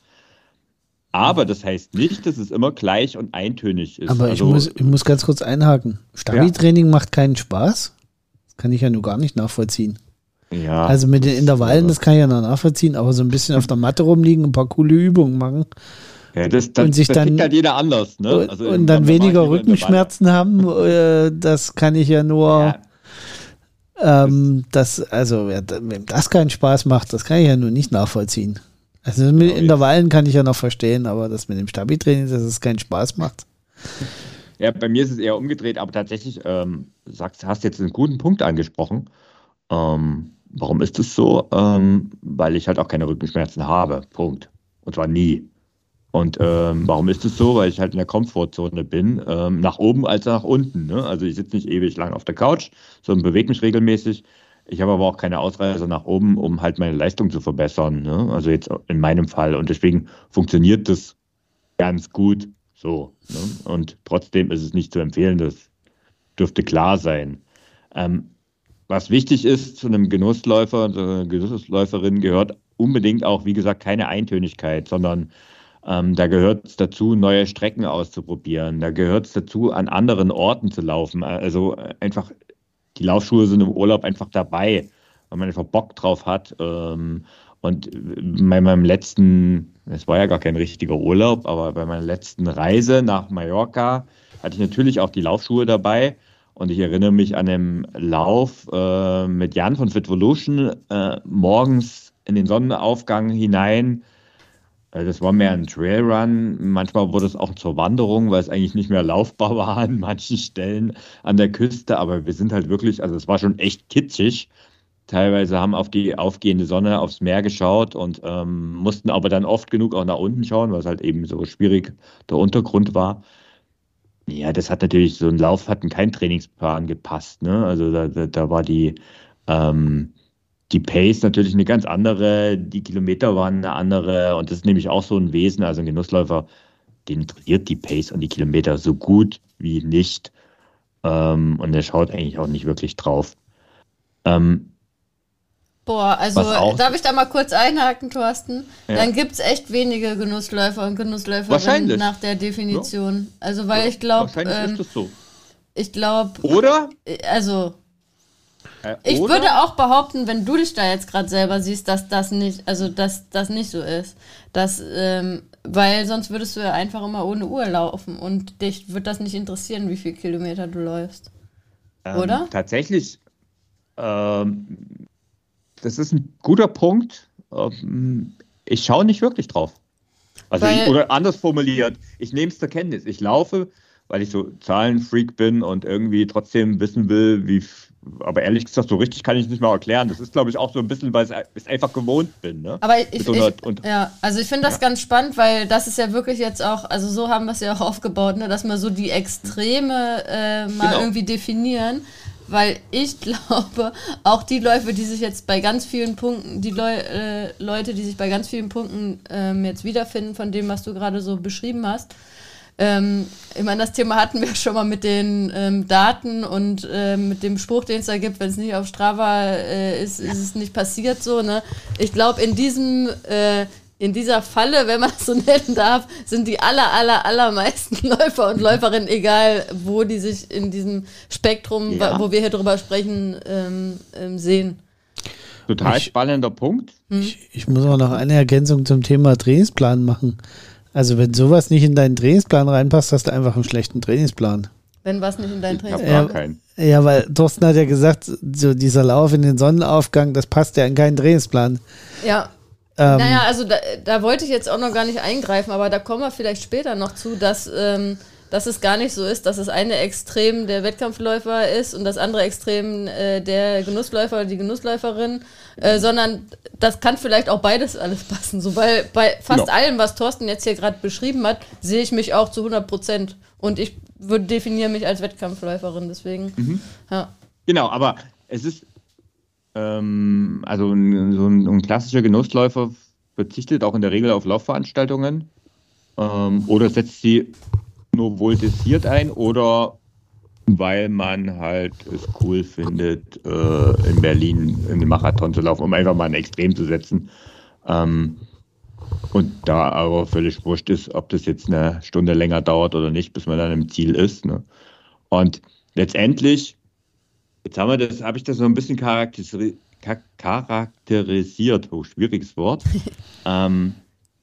Aber das heißt nicht, dass es immer gleich und eintönig ist. Aber also, ich, muss, ich muss ganz kurz einhaken. Stabi-Training ja. macht keinen Spaß? Das kann ich ja nur gar nicht nachvollziehen. Ja, also mit den Intervallen, das kann ich ja noch nachvollziehen, aber so ein bisschen auf der Matte rumliegen, ein paar coole Übungen machen. Ja, das, das, und sich das dann, halt jeder anders. Ne? Und, also und dann weniger Rückenschmerzen haben, äh, das kann ich ja nur, ja. Ähm, das, also ja, wenn das keinen Spaß macht, das kann ich ja nur nicht nachvollziehen. Also mit ja, Intervallen kann ich ja noch verstehen, aber das mit dem Stabi-Training, dass es keinen Spaß macht. Ja, bei mir ist es eher umgedreht, aber tatsächlich, ähm, sagst, hast jetzt einen guten Punkt angesprochen. Ähm, warum ist es so? Ähm, weil ich halt auch keine Rückenschmerzen habe. Punkt. Und zwar nie. Und ähm, warum ist es so? Weil ich halt in der Komfortzone bin, ähm, nach oben als nach unten. Ne? Also ich sitze nicht ewig lang auf der Couch, sondern bewege mich regelmäßig. Ich habe aber auch keine Ausreise nach oben, um halt meine Leistung zu verbessern. Ne? Also jetzt in meinem Fall. Und deswegen funktioniert das ganz gut so. Ne? Und trotzdem ist es nicht zu empfehlen. Das dürfte klar sein. Ähm, Was wichtig ist zu einem Genussläufer, zu einer Genussläuferin gehört unbedingt auch, wie gesagt, keine Eintönigkeit, sondern ähm, da gehört es dazu, neue Strecken auszuprobieren. Da gehört es dazu, an anderen Orten zu laufen. Also einfach, die Laufschuhe sind im Urlaub einfach dabei, weil man einfach Bock drauf hat. Ähm, und bei meinem letzten, es war ja gar kein richtiger Urlaub, aber bei meiner letzten Reise nach Mallorca hatte ich natürlich auch die Laufschuhe dabei. Und ich erinnere mich an einen Lauf äh, mit Jan von Fitvolution äh, morgens in den Sonnenaufgang hinein. Äh, das war mehr ein Trailrun. Manchmal wurde es auch zur Wanderung, weil es eigentlich nicht mehr laufbar war an manchen Stellen an der Küste. Aber wir sind halt wirklich, also es war schon echt kitschig. Teilweise haben auf die aufgehende Sonne aufs Meer geschaut und ähm, mussten aber dann oft genug auch nach unten schauen, weil es halt eben so schwierig der Untergrund war. Ja, das hat natürlich, so ein Lauf hat in keinen Trainingsplan gepasst, ne? Also da, da, da war die, ähm, die Pace natürlich eine ganz andere, die Kilometer waren eine andere und das ist nämlich auch so ein Wesen, also ein Genussläufer, den interessiert die Pace und die Kilometer so gut wie nicht ähm, und der schaut eigentlich auch nicht wirklich drauf. Ähm, Boah, also darf ich da mal kurz einhaken, Thorsten? Ja. Dann gibt es echt wenige Genussläufer und Genussläuferinnen nach der Definition. Ja. Also weil ja. ich glaube, wahrscheinlich ähm, ist das so. Ich glaube, oder? Also äh, ich oder? würde auch behaupten, wenn du dich da jetzt gerade selber siehst, dass das nicht, also dass das nicht so ist, dass ähm, weil sonst würdest du ja einfach immer ohne Uhr laufen und dich wird das nicht interessieren, wie viele Kilometer du läufst, ähm, oder? Tatsächlich. Ähm, Das ist ein guter Punkt. Ich schaue nicht wirklich drauf. Also ich, oder anders formuliert, ich nehme es zur Kenntnis. Ich laufe, weil ich so Zahlenfreak bin und irgendwie trotzdem wissen will, wie, aber ehrlich gesagt, so richtig kann ich es nicht mal erklären. Das ist, glaube ich, auch so ein bisschen, weil ich es einfach gewohnt bin. Ne? Aber ich, so ich einer, und, ja, also ich finde das ja. ganz spannend, weil das ist ja wirklich jetzt auch, also so haben wir es ja auch aufgebaut, ne, dass wir so die Extreme äh, mal genau. irgendwie definieren. Weil ich glaube, auch die Läufe, die sich jetzt bei ganz vielen Punkten, die Leu äh, Leute, die sich bei ganz vielen Punkten ähm, jetzt wiederfinden, von dem, was du gerade so beschrieben hast, ähm, ich meine, das Thema hatten wir schon mal mit den ähm, Daten und ähm, mit dem Spruch, den es da gibt, wenn es nicht auf Strava äh, ist, ist es nicht passiert so, ne? Ich glaube, in diesem äh, in dieser Falle, wenn man es so nennen darf, sind die aller, aller, allermeisten Läufer und Läuferinnen, egal wo die sich in diesem Spektrum, ja. wo wir hier drüber sprechen, ähm, ähm, sehen. Total ich, spannender Punkt. Ich, ich muss auch noch eine Ergänzung zum Thema Trainingsplan machen. Also wenn sowas nicht in deinen Trainingsplan reinpasst, hast du einfach einen schlechten Trainingsplan. Wenn was nicht in deinen Trainingsplan passt. Ja, ja, weil Thorsten hat ja gesagt, so dieser Lauf in den Sonnenaufgang, das passt ja in keinen Trainingsplan. Ja. Ähm, naja, also da, da wollte ich jetzt auch noch gar nicht eingreifen, aber da kommen wir vielleicht später noch zu, dass, ähm, dass es gar nicht so ist, dass das eine Extrem der Wettkampfläufer ist und das andere Extrem äh, der Genussläufer oder die Genussläuferin, äh, sondern das kann vielleicht auch beides alles passen. So, weil bei fast genau. allem, was Thorsten jetzt hier gerade beschrieben hat, sehe ich mich auch zu hundert Prozent und ich würde definiere mich als Wettkampfläuferin, deswegen, mhm. ja. Genau, aber es ist Also ein, so ein, ein klassischer Genussläufer verzichtet auch in der Regel auf Laufveranstaltungen ähm, oder setzt sie nur wohl dosiert ein oder weil man halt es cool findet, äh, in Berlin einen Marathon zu laufen, um einfach mal ein Extrem zu setzen. Ähm, und da aber völlig wurscht ist, ob das jetzt eine Stunde länger dauert oder nicht, bis man dann im Ziel ist. Ne? Und letztendlich Jetzt haben wir das, habe ich das so ein bisschen charakterisi- charakterisiert, oh, schwieriges Wort. ähm,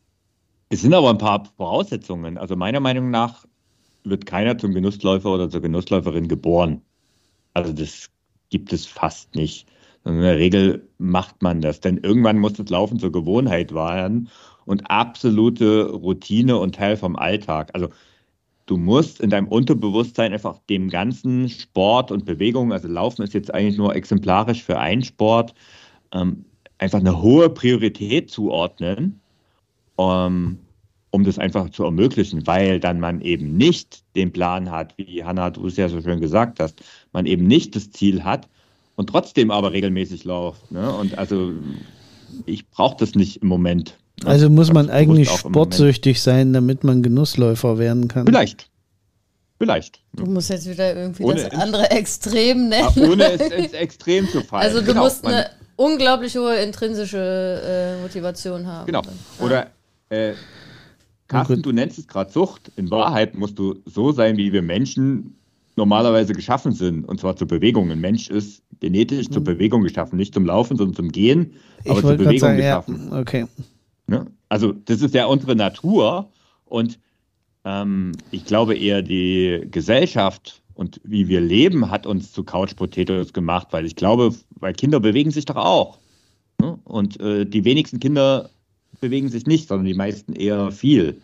es sind aber ein paar Voraussetzungen. Also meiner Meinung nach wird keiner zum Genussläufer oder zur Genussläuferin geboren. Also das gibt es fast nicht. In der Regel macht man das, denn irgendwann muss das Laufen zur Gewohnheit werden und absolute Routine und Teil vom Alltag. Also du musst in deinem Unterbewusstsein einfach dem ganzen Sport und Bewegung, also Laufen ist jetzt eigentlich nur exemplarisch für einen Sport, ähm, einfach eine hohe Priorität zuordnen, um, um das einfach zu ermöglichen, weil dann man eben nicht den Plan hat, wie Hanna, du es ja so schön gesagt hast, man eben nicht das Ziel hat und trotzdem aber regelmäßig läuft. Ne? Und also ich brauche das nicht im Moment. Also muss man eigentlich sportsüchtig sein, damit man Genussläufer werden kann. Vielleicht. Vielleicht. Du musst jetzt wieder irgendwie ohne das andere Extrem nennen. Ohne es ins Extrem zu fallen. Also du genau, musst eine unglaublich hohe intrinsische äh, Motivation haben. Genau. Oder äh, Carsten, du nennst es gerade Sucht. In Wahrheit musst du so sein, wie wir Menschen normalerweise geschaffen sind. Und zwar zur Bewegung. Ein Mensch ist genetisch mhm. zur Bewegung geschaffen. Nicht zum Laufen, sondern zum Gehen, aber zur Bewegung sagen, geschaffen. Ja, okay. Ne? Also das ist ja unsere Natur und ähm, ich glaube eher die Gesellschaft und wie wir leben hat uns zu Couch Potatoes gemacht, weil ich glaube, weil Kinder bewegen sich doch auch. Ne? Und äh, die wenigsten Kinder bewegen sich nicht, sondern die meisten eher viel.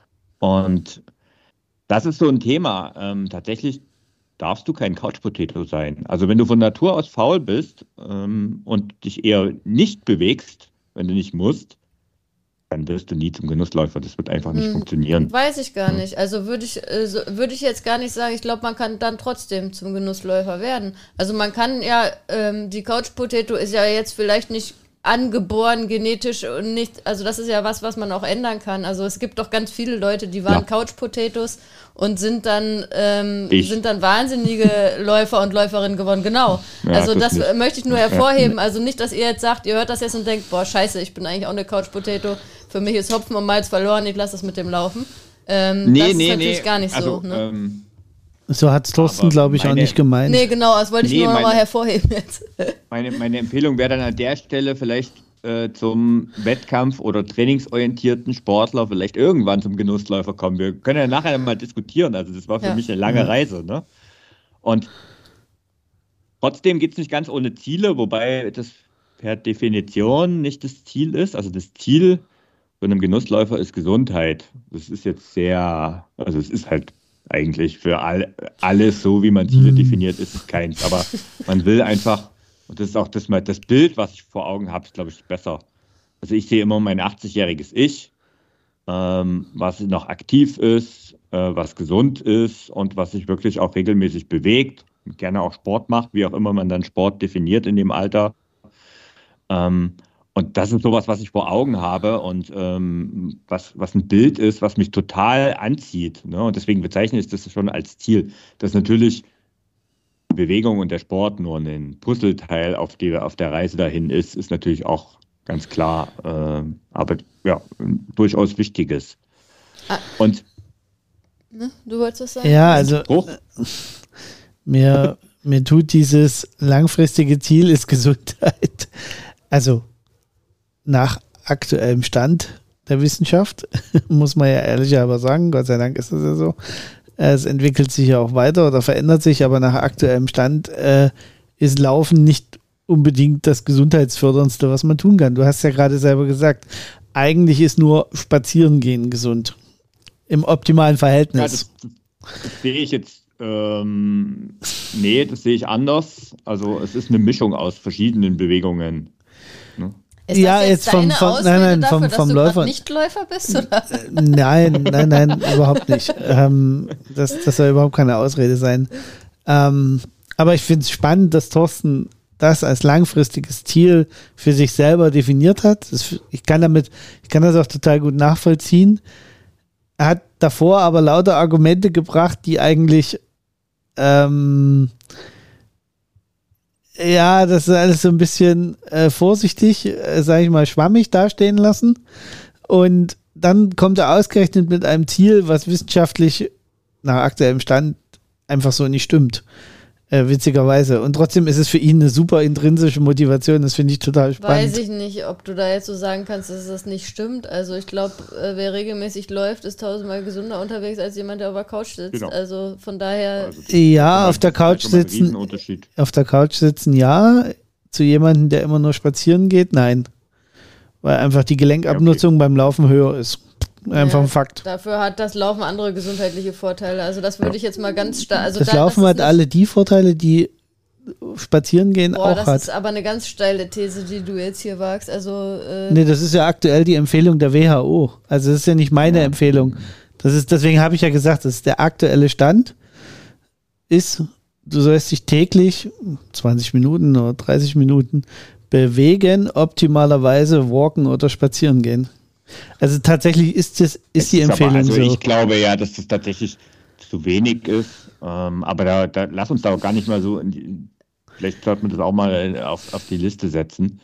Und das ist so ein Thema. Ähm, tatsächlich darfst du kein Couch Potato sein. Also wenn du von Natur aus faul bist ähm, und dich eher nicht bewegst, wenn du nicht musst, dann wirst du nie zum Genussläufer. Das wird einfach nicht hm, funktionieren. Weiß ich gar nicht. Also würde ich, äh, so, würde ich jetzt gar nicht sagen, ich glaube, man kann dann trotzdem zum Genussläufer werden. Also man kann ja, ähm, die Couch Potato ist ja jetzt vielleicht nicht angeboren, genetisch und nicht, also das ist ja was, was man auch ändern kann. Also es gibt doch ganz viele Leute, die waren ja. Couch Potatoes und sind dann ähm, sind dann wahnsinnige Läufer und Läuferinnen geworden. Genau. Ja, also das, das möchte ich nur hervorheben. Also nicht, dass ihr jetzt sagt, ihr hört das jetzt und denkt, boah, scheiße, ich bin eigentlich auch eine Couch Potato. Für mich ist Hopfen und Malz verloren, ich lasse das mit dem Laufen. Ähm, nee, das nee, ist natürlich nee. gar nicht also, so. Ne? Ähm, so hat es Thorsten, glaube ich, meine, auch nicht gemeint. Nee, genau, das wollte ich nee, nur noch mal hervorheben jetzt. Meine, meine Empfehlung wäre dann an der Stelle vielleicht äh, zum Wettkampf- oder trainingsorientierten Sportler vielleicht irgendwann zum Genussläufer kommen. Wir können ja nachher mal diskutieren. Also das war für ja. mich eine lange ja. Reise. Ne? Und trotzdem geht es nicht ganz ohne Ziele, wobei das per Definition nicht das Ziel ist. Also das Ziel von einem Genussläufer ist Gesundheit. Das ist jetzt sehr, also es ist halt eigentlich für all, alles so, wie man Ziele Mhm. definiert, ist es keins. Aber man will einfach, und das ist auch das, das Bild, was ich vor Augen habe, ist, glaube ich, besser. Also ich sehe immer mein achtzigjähriges Ich, ähm, was noch aktiv ist, äh, was gesund ist und was sich wirklich auch regelmäßig bewegt und gerne auch Sport macht, wie auch immer man dann Sport definiert in dem Alter. Ähm, und das ist sowas, was ich vor Augen habe und ähm, was, was ein Bild ist, was mich total anzieht. Ne? Und deswegen bezeichne ich das schon als Ziel. Dass natürlich die Bewegung und der Sport nur ein Puzzleteil auf, die, auf der Reise dahin ist, ist natürlich auch ganz klar, äh, aber ja, durchaus Wichtiges. Ah. Und Ne? Du wolltest was sagen? Ja, also Spruch, mir, mir tut dieses langfristige Ziel ist Gesundheit. Also nach aktuellem Stand der Wissenschaft, muss man ja ehrlich aber sagen, Gott sei Dank ist es ja so. Es entwickelt sich ja auch weiter oder verändert sich, aber nach aktuellem Stand äh, ist Laufen nicht unbedingt das Gesundheitsförderndste, was man tun kann. Du hast ja gerade selber gesagt, eigentlich ist nur Spazierengehen gesund. Im optimalen ja, Verhältnis. das, das sehe ich jetzt, ähm, nee, das sehe ich anders. Also es ist eine Mischung aus verschiedenen Bewegungen. Ne? Ist Ja, das jetzt jetzt vom- deine vom- Ausrede nein, nein, dafür, vom- dass vom du grad Läufer. nicht Läufer bist? Oder? Nein, nein, nein, überhaupt nicht. Ähm, das, das soll überhaupt keine Ausrede sein. Ähm, aber ich finde es spannend, dass Thorsten das als langfristiges Ziel für sich selber definiert hat. Das, ich kann damit, ich kann das auch total gut nachvollziehen. Er hat davor aber lauter Argumente gebracht, die eigentlich ähm, ja, das ist alles so ein bisschen äh, vorsichtig, äh, sage ich mal, schwammig dastehen lassen. Und dann kommt er ausgerechnet mit einem Ziel, was wissenschaftlich nach aktuellem Stand einfach so nicht stimmt. Äh, witzigerweise. Und trotzdem ist es für ihn eine super intrinsische Motivation. Das finde ich total spannend. Weiß ich nicht, ob du da jetzt so sagen kannst, dass das nicht stimmt. Also ich glaube, äh, wer regelmäßig läuft, ist tausendmal gesünder unterwegs als jemand, der auf der Couch sitzt. Genau. Also von daher, Also, das Ja, ist auf der schon mal- Couch schon mal ein sitzen, Riesenunterschied. auf der Couch sitzen, ja. Zu jemandem, der immer nur spazieren geht, nein. Weil einfach die Gelenkabnutzung beim Laufen höher ist. Einfach Ja, ein Fakt. dafür hat das Laufen andere gesundheitliche Vorteile. Also das würde ich jetzt mal ganz stark... Also Das da, Laufen ist hat nicht- alle die Vorteile, die Spazieren gehen Boah, auch das hat. ist aber eine ganz steile These, die du jetzt hier wagst. Also äh, Nee, das ist ja aktuell die Empfehlung der W H O. Also das ist ja nicht meine Empfehlung. Das ist, deswegen habe ich ja gesagt, das ist der aktuelle Stand. Ist, du sollst dich täglich zwanzig Minuten oder dreißig Minuten bewegen, optimalerweise walken oder spazieren gehen. Also tatsächlich ist das, ist die Es aber- Empfehlung also so. Ich glaube ja, dass das tatsächlich zu wenig ist. Ähm, aber da, da lass uns da auch gar nicht mal so in die, vielleicht sollte man das auch mal auf, auf die Liste setzen.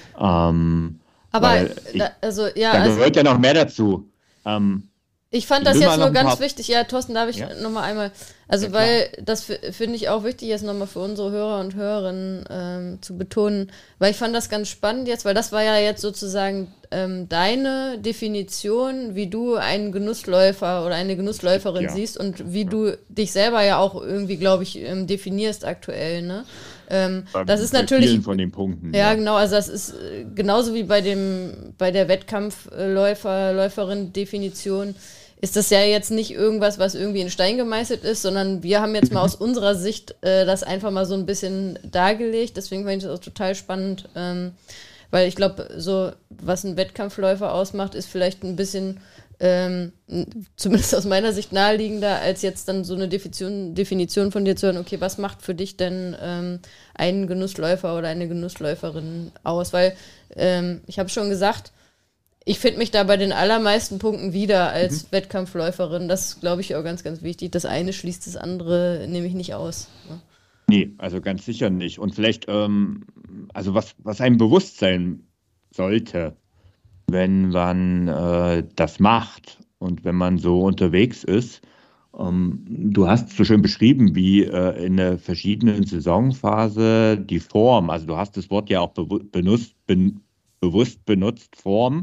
Ähm, aber weil ich, da, also ja, da also, gehört ja noch mehr dazu. Ähm, ich fand Ich das will jetzt mal nur noch ein ganz paar- wichtig. Ja, Thorsten, darf ich Ja. nochmal einmal, also Ja, klar. weil das f- finde ich auch wichtig, jetzt nochmal für unsere Hörer und Hörerinnen ähm, zu betonen, weil ich fand das ganz spannend jetzt, weil das war ja jetzt sozusagen ähm, deine Definition, wie du einen Genussläufer oder eine Genussläuferin Ja. siehst und wie du dich selber ja auch irgendwie, glaube ich, ähm, definierst aktuell, ne? Ähm, bei- das ist bei natürlich vielen von den Punkten. ja, genau, also das ist äh, genauso wie bei dem, bei der Wettkampfläufer, Läuferin-Definition ist das ja jetzt nicht irgendwas, was irgendwie in Stein gemeißelt ist, sondern wir haben jetzt mal aus unserer Sicht äh, das einfach mal so ein bisschen dargelegt. Deswegen finde ich das auch total spannend, ähm, weil ich glaube, so was ein Wettkampfläufer ausmacht, ist vielleicht ein bisschen ähm, n- zumindest aus meiner Sicht naheliegender, als jetzt dann so eine Definition, Definition von dir zu hören, okay, was macht für dich denn ähm, einen Genussläufer oder eine Genussläuferin aus? Weil ähm, ich habe schon gesagt, ich finde mich da bei den allermeisten Punkten wieder als Mhm. Wettkampfläuferin. Das ist, glaube ich, auch ganz, ganz wichtig. Das eine schließt das andere nämlich nicht aus. Ne? Nee, also ganz sicher nicht. Und vielleicht, ähm, also was, was einem bewusst sein sollte, wenn man äh, das macht und wenn man so unterwegs ist. Ähm, du hast so schön beschrieben, wie äh, in der verschiedenen Saisonphase die Form, also du hast das Wort ja auch bewu benutzt, ben bewusst benutzt, Form.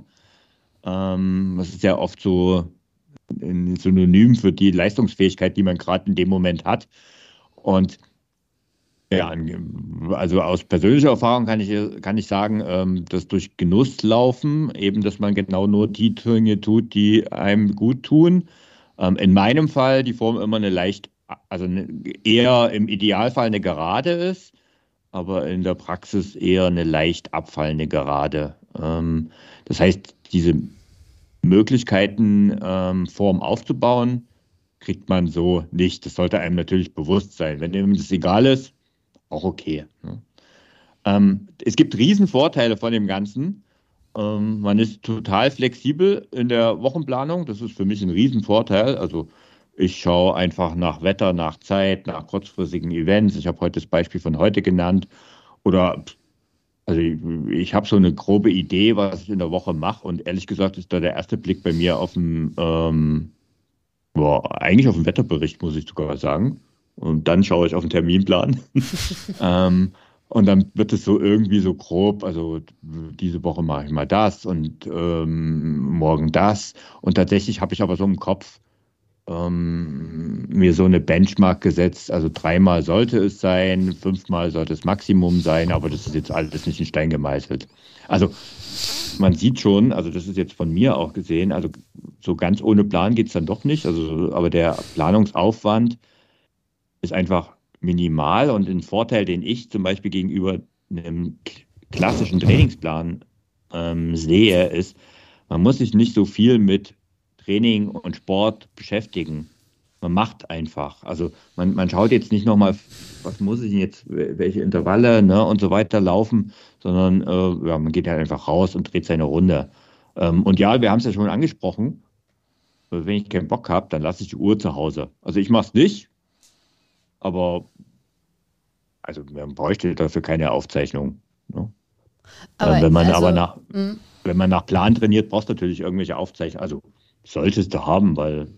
Ähm, das ist ja oft so ein Synonym für die Leistungsfähigkeit, die man gerade in dem Moment hat. Und Ja, also aus persönlicher Erfahrung kann ich, kann ich sagen, ähm, dass durch Genusslaufen eben, dass man genau nur die Dinge tut, die einem gut tun. Ähm, in meinem Fall die Form immer eine leicht, also eine, eher im Idealfall eine Gerade ist, aber in der Praxis eher eine leicht abfallende Gerade. Ähm, das heißt, diese Möglichkeiten, ähm, Form aufzubauen, kriegt man so nicht. Das sollte einem natürlich bewusst sein. Wenn einem das egal ist, auch okay. Ne? Ähm, es gibt Riesenvorteile von dem Ganzen. Ähm, man ist total flexibel in der Wochenplanung. Das ist für mich ein Riesenvorteil. Also ich schaue einfach nach Wetter, nach Zeit, nach kurzfristigen Events. Ich habe heute das Beispiel von heute genannt. Oder also ich, ich habe so eine grobe Idee, was ich in der Woche mache. Und ehrlich gesagt ist da der erste Blick bei mir auf den, ähm, boah, eigentlich auf den Wetterbericht, muss ich sogar sagen. Und dann schaue ich auf den Terminplan. ähm, und dann wird es so irgendwie so grob, also diese Woche mache ich mal das und ähm, morgen das. Und tatsächlich habe ich aber so im Kopf ähm, mir so eine Benchmark gesetzt. Also dreimal sollte es sein, fünfmal sollte es Maximum sein, aber das ist jetzt alles nicht in Stein gemeißelt. Also man sieht schon, also das ist jetzt von mir auch gesehen, also so ganz ohne Plan geht es dann doch nicht. Also, aber der Planungsaufwand ist einfach minimal und ein Vorteil, den ich zum Beispiel gegenüber einem klassischen Trainingsplan ähm, sehe, ist, man muss sich nicht so viel mit Training und Sport beschäftigen. Man macht einfach. Also man, man schaut jetzt nicht nochmal, was muss ich denn jetzt, welche Intervalle, ne, und so weiter laufen, sondern äh, ja, man geht halt einfach raus und dreht seine Runde. Ähm, und ja, wir haben es ja schon angesprochen, wenn ich keinen Bock habe, dann lasse ich die Uhr zu Hause. Also ich mache es nicht, aber also man bräuchte dafür keine Aufzeichnung. Ne? Aber, wenn man also, aber nach, mh. wenn man nach Plan trainiert, brauchst du natürlich irgendwelche Aufzeichnungen. Also solltest du haben, weil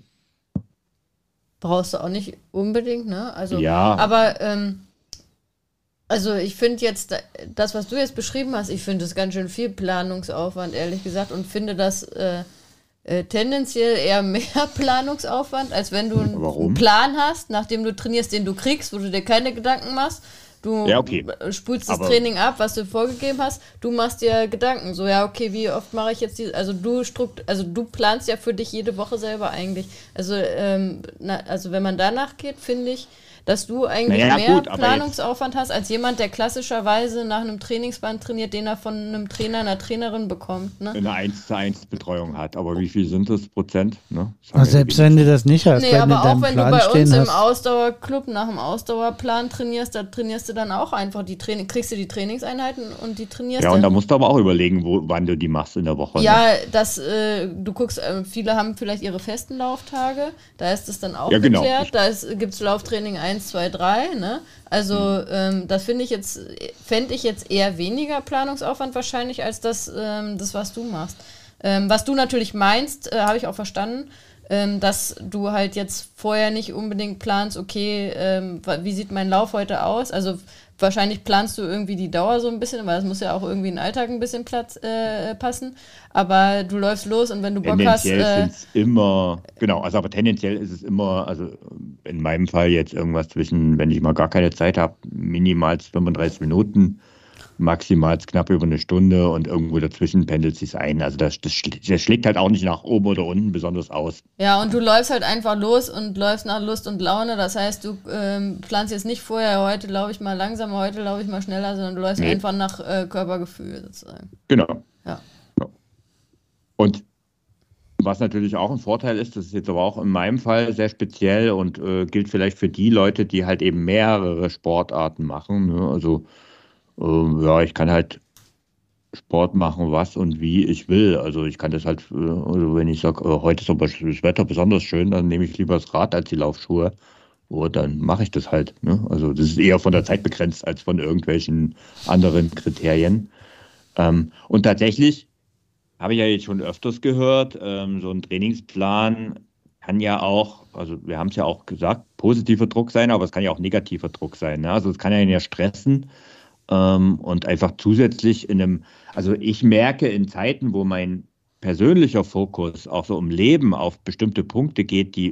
Brauchst du auch nicht unbedingt, ne? Also, ja, aber ähm, also ich finde jetzt äh, das, was du jetzt beschrieben hast, ich finde es ganz schön viel Planungsaufwand, ehrlich gesagt, und finde das äh, äh, tendenziell eher mehr Planungsaufwand, als wenn du einen, Warum? einen Plan hast, nachdem du trainierst, den du kriegst, wo du dir keine Gedanken machst. Du Ja, okay. spulst das Aber- Training ab, was du vorgegeben hast. Du machst dir Gedanken. So, ja, okay, wie oft mache ich jetzt diese. Also du strukt, also du planst ja für dich jede Woche selber eigentlich. Also, ähm, na, also wenn man danach geht, finde ich, dass du eigentlich Naja, mehr gut, aber Planungsaufwand hast, als jemand, der klassischerweise nach einem Trainingsplan trainiert, den er von einem Trainer, einer Trainerin bekommt. Ne? eine eins zu eins Betreuung hat. Aber wie viel sind das Prozent? Ne? Das haben Aber wir selbst ja wenn du das nicht hast, Nee, wenn aber du auch deinen wenn du Plan bei stehen uns im hast. Ausdauerclub nach dem Ausdauerplan trainierst, da trainierst du dann auch einfach die Training, kriegst du die Trainingseinheiten und die trainierst Ja, du. und da musst du aber auch überlegen, wo, wann du die machst in der Woche. Ne? Ja, das, äh, du guckst, äh, viele haben vielleicht ihre festen Lauftage, da ist es dann auch Ja, genau. geklärt, da gibt es Lauftraining eins, zwei, drei, ne? Also Mhm. ähm, das finde ich jetzt, fände ich jetzt eher weniger Planungsaufwand wahrscheinlich, als das, ähm, das was du machst. Ähm, was du natürlich meinst, äh, habe ich auch verstanden, ähm, dass du halt jetzt vorher nicht unbedingt planst, okay, ähm, wa- wie sieht mein Lauf heute aus? Also wahrscheinlich planst du irgendwie die Dauer so ein bisschen, weil das muss ja auch irgendwie in den Alltag ein bisschen Platz äh, passen. Aber du läufst los und wenn du Bock hast, Tendenziell äh, sind es immer, genau, also aber tendenziell ist es immer, also in meinem Fall jetzt irgendwas zwischen, wenn ich mal gar keine Zeit habe, minimal fünfunddreißig Minuten, maximal knapp über eine Stunde und irgendwo dazwischen pendelt sich ein. Also das, das, schl- das schlägt halt auch nicht nach oben oder unten besonders aus. ja, und du läufst halt einfach los und läufst nach Lust und Laune. Das heißt, du ähm, planst jetzt nicht vorher, heute laufe ich mal langsamer, heute laufe ich mal schneller, sondern du läufst Nee. einfach nach äh, Körpergefühl sozusagen. Genau. Ja. Und was natürlich auch ein Vorteil ist, das ist jetzt aber auch in meinem Fall sehr speziell und äh, gilt vielleicht für die Leute, die halt eben mehrere Sportarten machen. Ne? Also äh, ja, ich kann halt Sport machen, was und wie ich will. Also ich kann das halt, äh, also wenn ich sage, äh, heute ist aber das Wetter besonders schön, dann nehme ich lieber das Rad als die Laufschuhe. Oh, dann mache ich das halt. Ne? Also das ist eher von der Zeit begrenzt als von irgendwelchen anderen Kriterien. Ähm, und tatsächlich habe ich ja jetzt schon öfters gehört, ähm, so ein Trainingsplan kann ja auch, also wir haben es ja auch gesagt, positiver Druck sein, aber es kann ja auch negativer Druck sein. Ne? Also es kann ja ja stressen ähm, und einfach zusätzlich in einem, also ich merke in Zeiten, wo mein persönlicher Fokus auch so im Leben auf bestimmte Punkte geht, die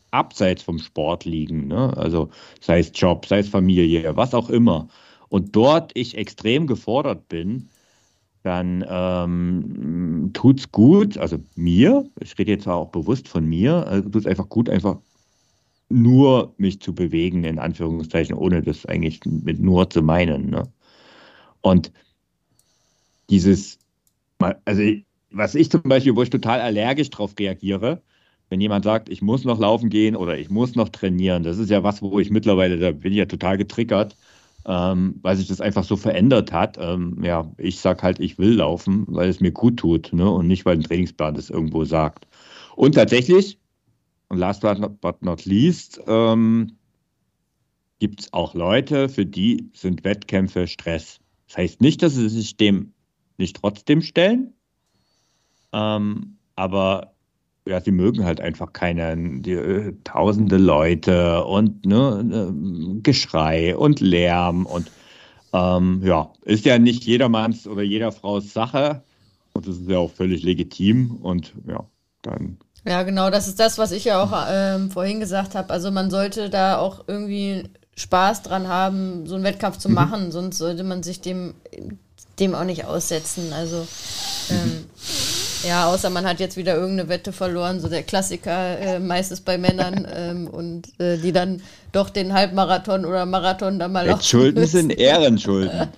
abseits vom Sport liegen, ne? Also sei es Job, sei es Familie, was auch immer. Und dort ich extrem gefordert bin, dann ähm, tut's gut, also mir, ich rede jetzt auch bewusst von mir, also tut's einfach gut, einfach nur mich zu bewegen, in Anführungszeichen, ohne das eigentlich mit nur zu meinen. Ne? Und dieses, also ich, was ich zum Beispiel, wo ich total allergisch drauf reagiere, wenn jemand sagt, ich muss noch laufen gehen oder ich muss noch trainieren, das ist ja was, wo ich mittlerweile, da bin ich ja total getriggert, ähm, weil sich das einfach so verändert hat. Ähm, ja, ich sag halt, ich will laufen, weil es mir gut tut, ne? Und nicht, weil ein Trainingsplan das irgendwo sagt. Und tatsächlich, und last but not, but not least, ähm, gibt es auch Leute, für die sind Wettkämpfe Stress. Das heißt nicht, dass sie sich dem nicht trotzdem stellen, ähm, aber ja, sie mögen halt einfach keine die, äh, tausende Leute und ne, äh, Geschrei und Lärm und ähm, ja, ist ja nicht jedermanns oder jeder Frau's Sache und das ist ja auch völlig legitim und ja, dann. Ja, genau, das ist das, was ich ja auch ähm, vorhin gesagt habe. Also man sollte da auch irgendwie Spaß dran haben, so einen Wettkampf zu machen, mhm. sonst sollte man sich dem, dem auch nicht aussetzen. Also ähm, ja, außer man hat jetzt wieder irgendeine Wette verloren, so der Klassiker, äh, meistens bei Männern, ähm, und äh, die dann doch den Halbmarathon oder Marathon dann mal laufen Schulden müssen. Sind Ehrenschulden.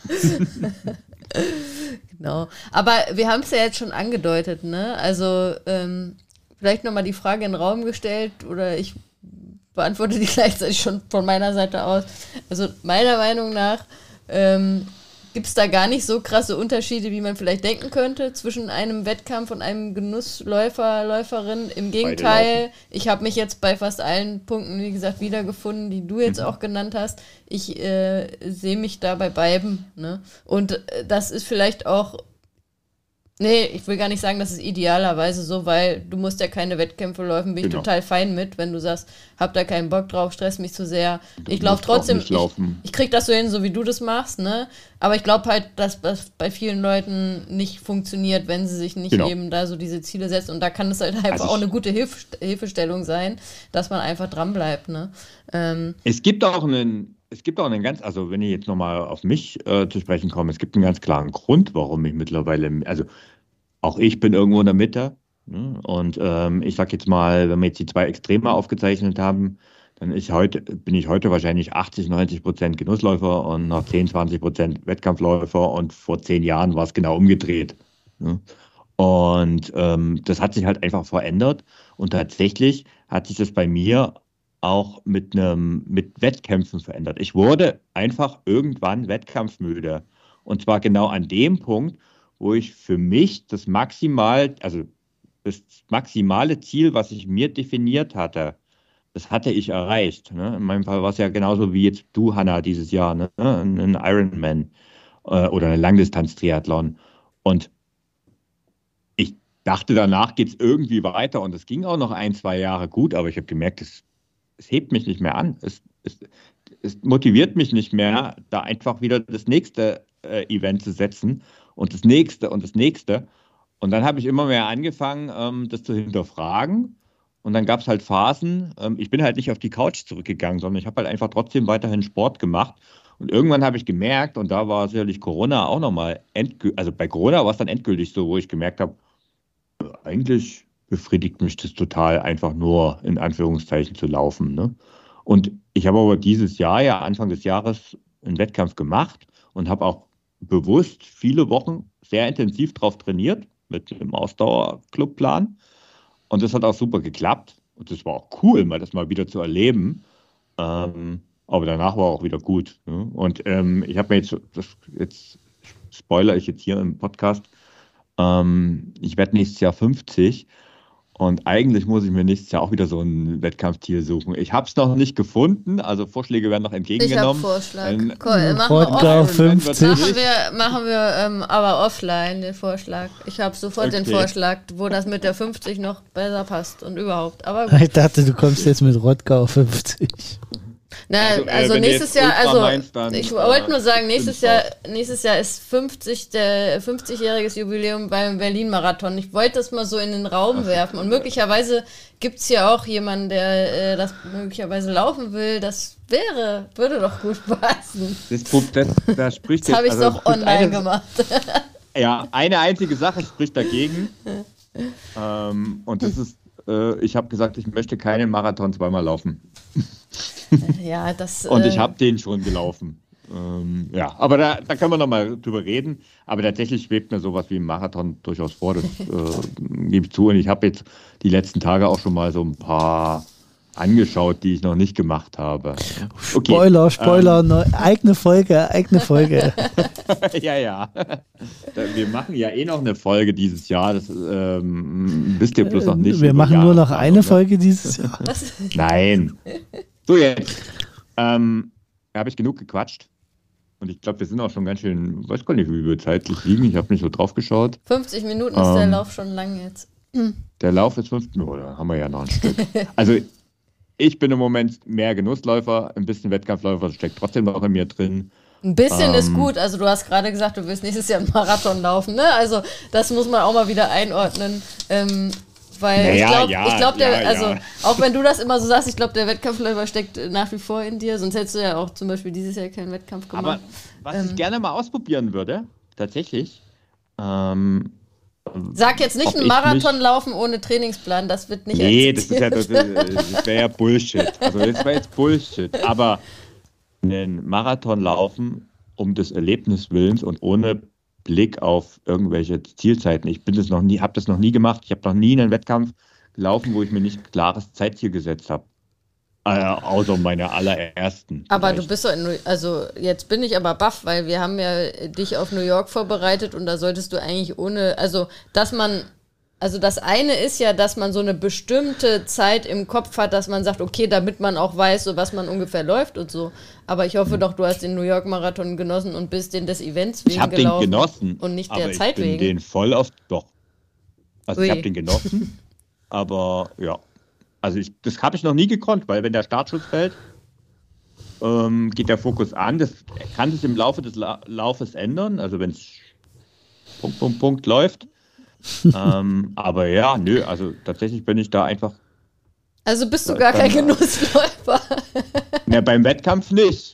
Genau. Aber wir haben es ja jetzt schon angedeutet, ne? Also ähm, vielleicht nochmal die Frage in den Raum gestellt oder ich beantworte die gleichzeitig schon von meiner Seite aus. Also meiner Meinung nach ähm, gibt es da gar nicht so krasse Unterschiede, wie man vielleicht denken könnte, zwischen einem Wettkampf und einem Genussläufer, Läuferin. Im Gegenteil, ich habe mich jetzt bei fast allen Punkten, wie gesagt, wiedergefunden, die du jetzt mhm. auch genannt hast. Ich äh, sehe mich da bei beiden. Ne? Und äh, das ist vielleicht auch, nee, ich will gar nicht sagen, das ist idealerweise so, weil du musst ja keine Wettkämpfe laufen, bin ich genau. total fein mit, wenn du sagst, hab da keinen Bock drauf, stress mich zu sehr. Du ich laufe trotzdem, ich, ich krieg das so hin, so wie du das machst, ne? Aber ich glaube halt, dass das bei vielen Leuten nicht funktioniert, wenn sie sich nicht genau. eben da so diese Ziele setzen. Und da kann es halt einfach also auch eine gute Hilf- Hilfestellung sein, dass man einfach dran bleibt, ne? Ähm, es gibt auch einen Es gibt auch einen ganz, also wenn ich jetzt nochmal auf mich äh, zu sprechen komme, es gibt einen ganz klaren Grund, warum ich mittlerweile, also auch ich bin irgendwo in der Mitte. Ne? Und ähm, ich sag jetzt mal, wenn wir jetzt die zwei Extreme aufgezeichnet haben, dann ist heute, bin ich heute wahrscheinlich achtzig, neunzig Prozent Genussläufer und noch zehn, zwanzig Prozent Wettkampfläufer und vor zehn Jahren war es genau umgedreht. Ne? Und ähm, das hat sich halt einfach verändert und tatsächlich hat sich das bei mir auch mit einem mit Wettkämpfen verändert. Ich wurde einfach irgendwann wettkampfmüde. Und zwar genau an dem Punkt, wo ich für mich das maximal, also das maximale Ziel, was ich mir definiert hatte, das hatte ich erreicht. Ne? In meinem Fall war es ja genauso wie jetzt du, Hanna, dieses Jahr, ne? Ein Ironman äh, oder eine Langdistanz-Triathlon. Und ich dachte, danach geht es irgendwie weiter und es ging auch noch ein, zwei Jahre gut, aber ich habe gemerkt, es Es hebt mich nicht mehr an. Es, es, es motiviert mich nicht mehr, da einfach wieder das nächste äh, Event zu setzen und das nächste und das nächste. Und dann habe ich immer mehr angefangen, ähm, das zu hinterfragen. Und dann gab es halt Phasen. Ähm, ich bin halt nicht auf die Couch zurückgegangen, sondern ich habe halt einfach trotzdem weiterhin Sport gemacht. Und irgendwann habe ich gemerkt, und da war sicherlich Corona auch nochmal endgültig, also bei Corona war es dann endgültig so, wo ich gemerkt habe, äh, eigentlich befriedigt mich das total, einfach nur in Anführungszeichen zu laufen. Ne? Und ich habe aber dieses Jahr, ja Anfang des Jahres, einen Wettkampf gemacht und habe auch bewusst viele Wochen sehr intensiv drauf trainiert mit dem Ausdauerclubplan. Und das hat auch super geklappt. Und das war auch cool, mal das mal wieder zu erleben. Ähm, aber danach war auch wieder gut. Ne? Und ähm, ich habe mir jetzt, das, jetzt spoilere ich jetzt hier im Podcast, ähm, ich werde nächstes Jahr fünfzig. Und eigentlich muss ich mir nächstes Jahr auch wieder so ein Wettkampfziel suchen. Ich habe es noch nicht gefunden, also Vorschläge werden noch entgegengenommen. Ich habe Vorschlag. Ähm, cool, machen wir, fünfzig. machen wir, machen wir ähm, aber offline den Vorschlag. Ich habe sofort okay. den Vorschlag, wo das mit der fünfzig noch besser passt und überhaupt. Aber gut. Ich dachte, du kommst jetzt mit Rodger auf fünfzig. Na, Also, also, äh, wenn du nächstes jetzt Jahr, Ultra also meinst, dann, ich äh, wollte nur sagen, nächstes sind's Jahr, raus. nächstes Jahr ist fünfzig, der fünfzigjähriges Jubiläum beim Berlin-Marathon. Ich wollte das mal so in den Raum werfen und möglicherweise gibt es ja auch jemanden, der äh, das möglicherweise laufen will. Das wäre, würde doch gut passen. Das, das, das spricht Jetzt habe ich es also, auch online eine, gemacht. Ja, eine einzige Sache spricht dagegen. ähm, und das ist, äh, ich habe gesagt, ich möchte keinen Marathon zweimal laufen. Ja, das. Und ich äh, habe den schon gelaufen. Ähm, ja, aber da, da können wir nochmal drüber reden. Aber tatsächlich schwebt mir sowas wie ein Marathon durchaus vor. Das äh, gebe ich zu. Und ich habe jetzt die letzten Tage auch schon mal so ein paar angeschaut, die ich noch nicht gemacht habe. Okay, Spoiler, Spoiler, ähm, ne, eigene Folge, eigene Folge. ja, ja. Wir machen ja eh noch eine Folge dieses Jahr. Das ähm, wisst ihr bloß noch nicht. Wir machen nur noch eine Folge dieses Jahr. Nein. So, jetzt. Ähm, habe ich genug gequatscht. Und ich glaube, wir sind auch schon ganz schön, weiß gar nicht, wie wir zeitlich liegen. Ich habe nicht so drauf geschaut. fünfzig Minuten ist ähm, der Lauf schon lang jetzt. Der Lauf ist fünfzehn Minuten, oder haben wir ja noch ein Stück. Also ich bin im Moment mehr Genussläufer, ein bisschen Wettkampfläufer, das steckt trotzdem noch in mir drin. Ein bisschen ähm, ist gut, also du hast gerade gesagt, du willst nächstes Jahr einen Marathon laufen, ne? Also das muss man auch mal wieder einordnen. Ähm, weil naja, ich glaube, ja, ich glaub, der, ja, also ja. auch wenn du das immer so sagst, ich glaube, der Wettkampfläufer steckt nach wie vor in dir, sonst hättest du ja auch zum Beispiel dieses Jahr keinen Wettkampf gemacht. Aber was ähm, ich gerne mal ausprobieren würde, tatsächlich, ähm, Sag jetzt nicht einen Marathon mich, laufen ohne Trainingsplan, das wird nicht Nee, das, ist ja, das, das wäre ja Bullshit. Also das wäre jetzt Bullshit. Aber einen Marathon laufen um des Erlebniswillens und ohne Blick auf irgendwelche Zielzeiten. Ich bin das noch nie, habe das noch nie gemacht. Ich habe noch nie einen Wettkampf gelaufen, wo ich mir nicht ein klares Zeitziel gesetzt habe. Äh, außer meine allerersten. Aber vielleicht. du bist doch in New also jetzt bin ich aber baff, weil wir haben ja dich auf New York vorbereitet und da solltest du eigentlich ohne, also dass man, also das eine ist ja, dass man so eine bestimmte Zeit im Kopf hat, dass man sagt, okay, damit man auch weiß, so was man ungefähr läuft und so. Aber ich hoffe hm. doch, du hast den New York Marathon genossen und bist den des Events wegen ich hab gelaufen. Den genossen, und nicht aber der Zeit ich bin wegen. Den voll auf, doch. Also Ui. ich habe den genossen, aber ja. Also ich, das habe ich noch nie gekonnt, weil wenn der Startschuss fällt, ähm, geht der Fokus an. Das kann sich im Laufe des La- Laufes ändern, also wenn es Punkt, Punkt, Punkt läuft. ähm, aber ja, nö, also tatsächlich bin ich da einfach... Also bist du gar kein Genussläufer? Ja, beim Wettkampf nicht.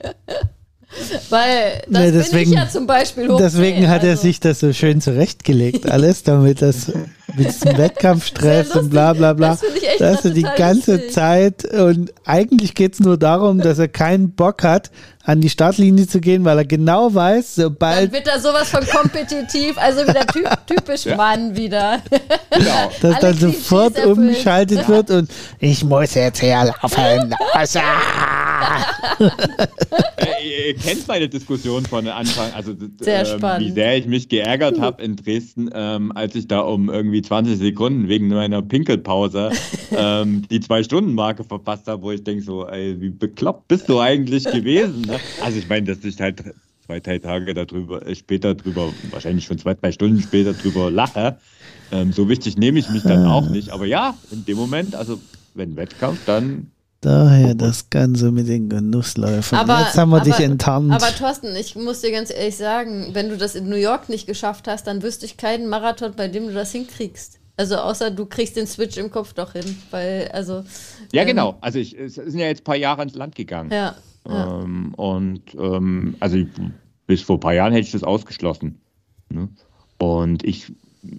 Weil das nee, deswegen, bin ich ja zum Beispiel hoch. Deswegen hat also. er sich das so schön zurechtgelegt, alles, damit das mit diesem Wettkampfstress und bla bla bla, das finde ich echt dass er die ganze lustig. Zeit, und eigentlich geht es nur darum, dass er keinen Bock hat, an die Startlinie zu gehen, weil er genau weiß, sobald... Dann wird er sowas von kompetitiv, also wieder typ, typisch ja. Mann wieder. Genau. Dass dann sofort umgeschaltet ja. wird und ich muss jetzt herlaufen. Ihr kennt meine Diskussion von Anfang, also sehr ähm, spannend. wie sehr ich mich geärgert habe in Dresden, ähm, als ich da um irgendwie zwanzig Sekunden wegen meiner Pinkelpause ähm, die Zwei-Stunden-Marke verpasst habe, wo ich denke so, ey, wie bekloppt bist du eigentlich gewesen? Ne? Also ich meine, dass ich halt zwei, drei Tage darüber, äh, später drüber, wahrscheinlich schon zwei, drei Stunden später drüber lache. Ähm, so wichtig nehme ich mich dann auch nicht. Aber ja, in dem Moment, also wenn Wettkampf, dann... Daher das Ganze mit den Genussläufern. Aber, Jetzt haben wir aber, dich enttarnt. Aber Thorsten, ich muss dir ganz ehrlich sagen, wenn du das in New York nicht geschafft hast, dann wüsste ich keinen Marathon, bei dem du das hinkriegst. Also außer du kriegst den Switch im Kopf doch hin. Weil, also, ja, ähm, genau. Also ich, es sind ja jetzt ein paar Jahre ins Land gegangen. Ja. ja. Ähm, und ähm, also ich, bis vor ein paar Jahren hätte ich das ausgeschlossen. Ne? Und ich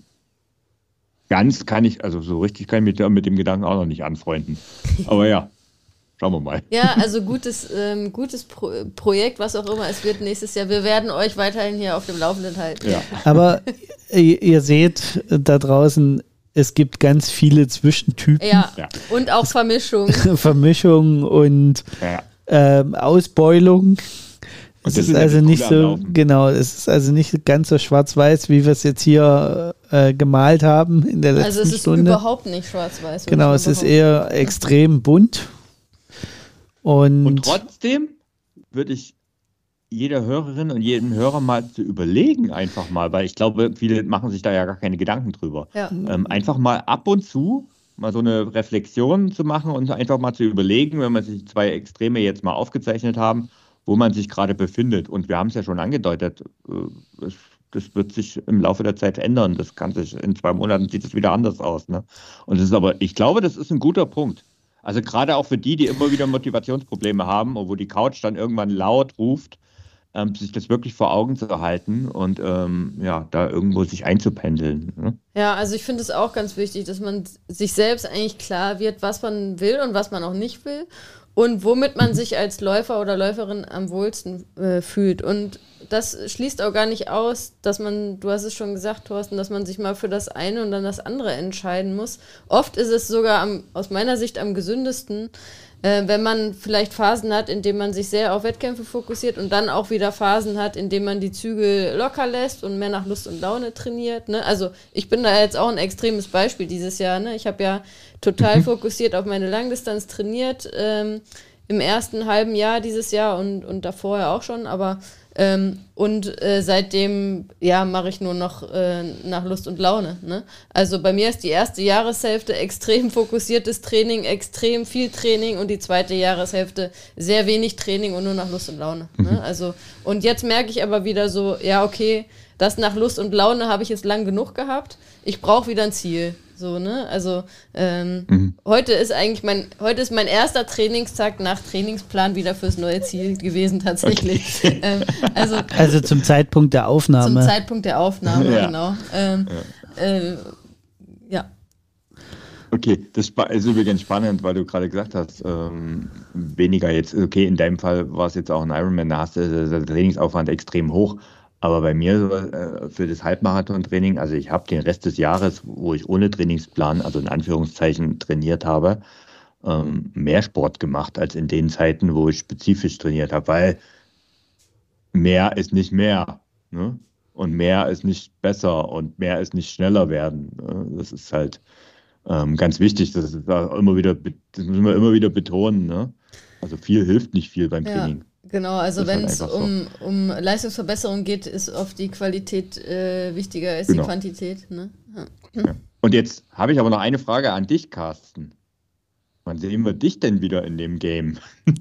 ganz kann ich, also so richtig kann ich mich mit dem Gedanken auch noch nicht anfreunden. Aber ja. Schauen wir mal. Ja, also gutes, ähm, gutes Pro- Projekt, was auch immer es wird nächstes Jahr. Wir werden euch weiterhin hier auf dem Laufenden halten. Ja. Aber ihr, ihr seht da draußen, es gibt ganz viele Zwischentypen. Ja, ja. und auch Vermischung. Vermischung und ja. ähm, Ausbeulung. Es das ist ist ja also das nicht Coole am so, Laufen. genau, es ist also nicht ganz so schwarz-weiß, wie wir es jetzt hier äh, gemalt haben in der letzten Also es ist Stunde. überhaupt nicht schwarz-weiß. Genau, es ist eher extrem bunt. Und, Und trotzdem würde ich jeder Hörerin und jedem Hörer mal zu überlegen, einfach mal, weil ich glaube, viele machen sich da ja gar keine Gedanken drüber. Ja. Ähm, einfach mal ab und zu mal so eine Reflexion zu machen und einfach mal zu überlegen, wenn wir sich die zwei Extreme jetzt mal aufgezeichnet haben, wo man sich gerade befindet. Und wir haben es ja schon angedeutet, äh, es, das wird sich im Laufe der Zeit ändern. Das kann sich in zwei Monaten sieht es wieder anders aus. Ne? Und das ist aber, ich glaube, das ist ein guter Punkt. Also gerade auch für die, die immer wieder Motivationsprobleme haben und wo die Couch dann irgendwann laut ruft, ähm, sich das wirklich vor Augen zu halten und ähm, ja, da irgendwo sich einzupendeln. Ne? Ja, also ich finde es auch ganz wichtig, dass man sich selbst eigentlich klar wird, was man will und was man auch nicht will und womit man sich als Läufer oder Läuferin am wohlsten äh, fühlt. Und das schließt auch gar nicht aus, dass man, du hast es schon gesagt, Thorsten, dass man sich mal für das eine und dann das andere entscheiden muss. Oft ist es sogar am, aus meiner Sicht am gesündesten, äh, wenn man vielleicht Phasen hat, in denen man sich sehr auf Wettkämpfe fokussiert und dann auch wieder Phasen hat, in denen man die Zügel locker lässt und mehr nach Lust und Laune trainiert. Ne? Also ich bin da jetzt auch ein extremes Beispiel dieses Jahr. Ne? Ich habe ja total fokussiert auf meine Langdistanz trainiert, ähm, im ersten halben Jahr dieses Jahr und, und davor ja auch schon, aber Ähm, und äh, seitdem, ja, mache ich nur noch äh, nach Lust und Laune. Ne? Also bei mir ist die erste Jahreshälfte extrem fokussiertes Training, extrem viel Training und die zweite Jahreshälfte sehr wenig Training und nur nach Lust und Laune. Mhm. Ne? Also, und jetzt merke ich aber wieder so, ja, okay, das nach Lust und Laune habe ich jetzt lang genug gehabt. Ich brauche wieder ein Ziel. So, ne? Also ähm, mhm. heute ist eigentlich mein, heute ist mein erster Trainingstag nach Trainingsplan wieder fürs neue Ziel gewesen tatsächlich. Okay. Ähm, also, also zum Zeitpunkt der Aufnahme. Zum Zeitpunkt der Aufnahme, ja. Genau. Ähm, ja. Äh, ja. Okay, das ist übrigens spannend, weil du gerade gesagt hast, ähm, weniger jetzt, okay, in deinem Fall war es jetzt auch ein Ironman, da hast du der Trainingsaufwand extrem hoch. Aber bei mir äh, für das Halbmarathon-Training, also ich habe den Rest des Jahres, wo ich ohne Trainingsplan, also in Anführungszeichen trainiert habe, ähm, mehr Sport gemacht als in den Zeiten, wo ich spezifisch trainiert habe, weil mehr ist nicht mehr, ne? Und mehr ist nicht besser und mehr ist nicht schneller werden. Ne? Das ist halt ähm, ganz wichtig, das, ist auch immer wieder, das müssen wir immer wieder betonen. Ne? Also viel hilft nicht viel beim ja. Training. Genau, also wenn es halt um, so. um Leistungsverbesserung geht, ist oft die Qualität äh, wichtiger als genau. die Quantität. Ne? Ja. Ja. Und jetzt habe ich aber noch eine Frage an dich, Carsten. Wann sehen wir dich denn wieder in dem Game?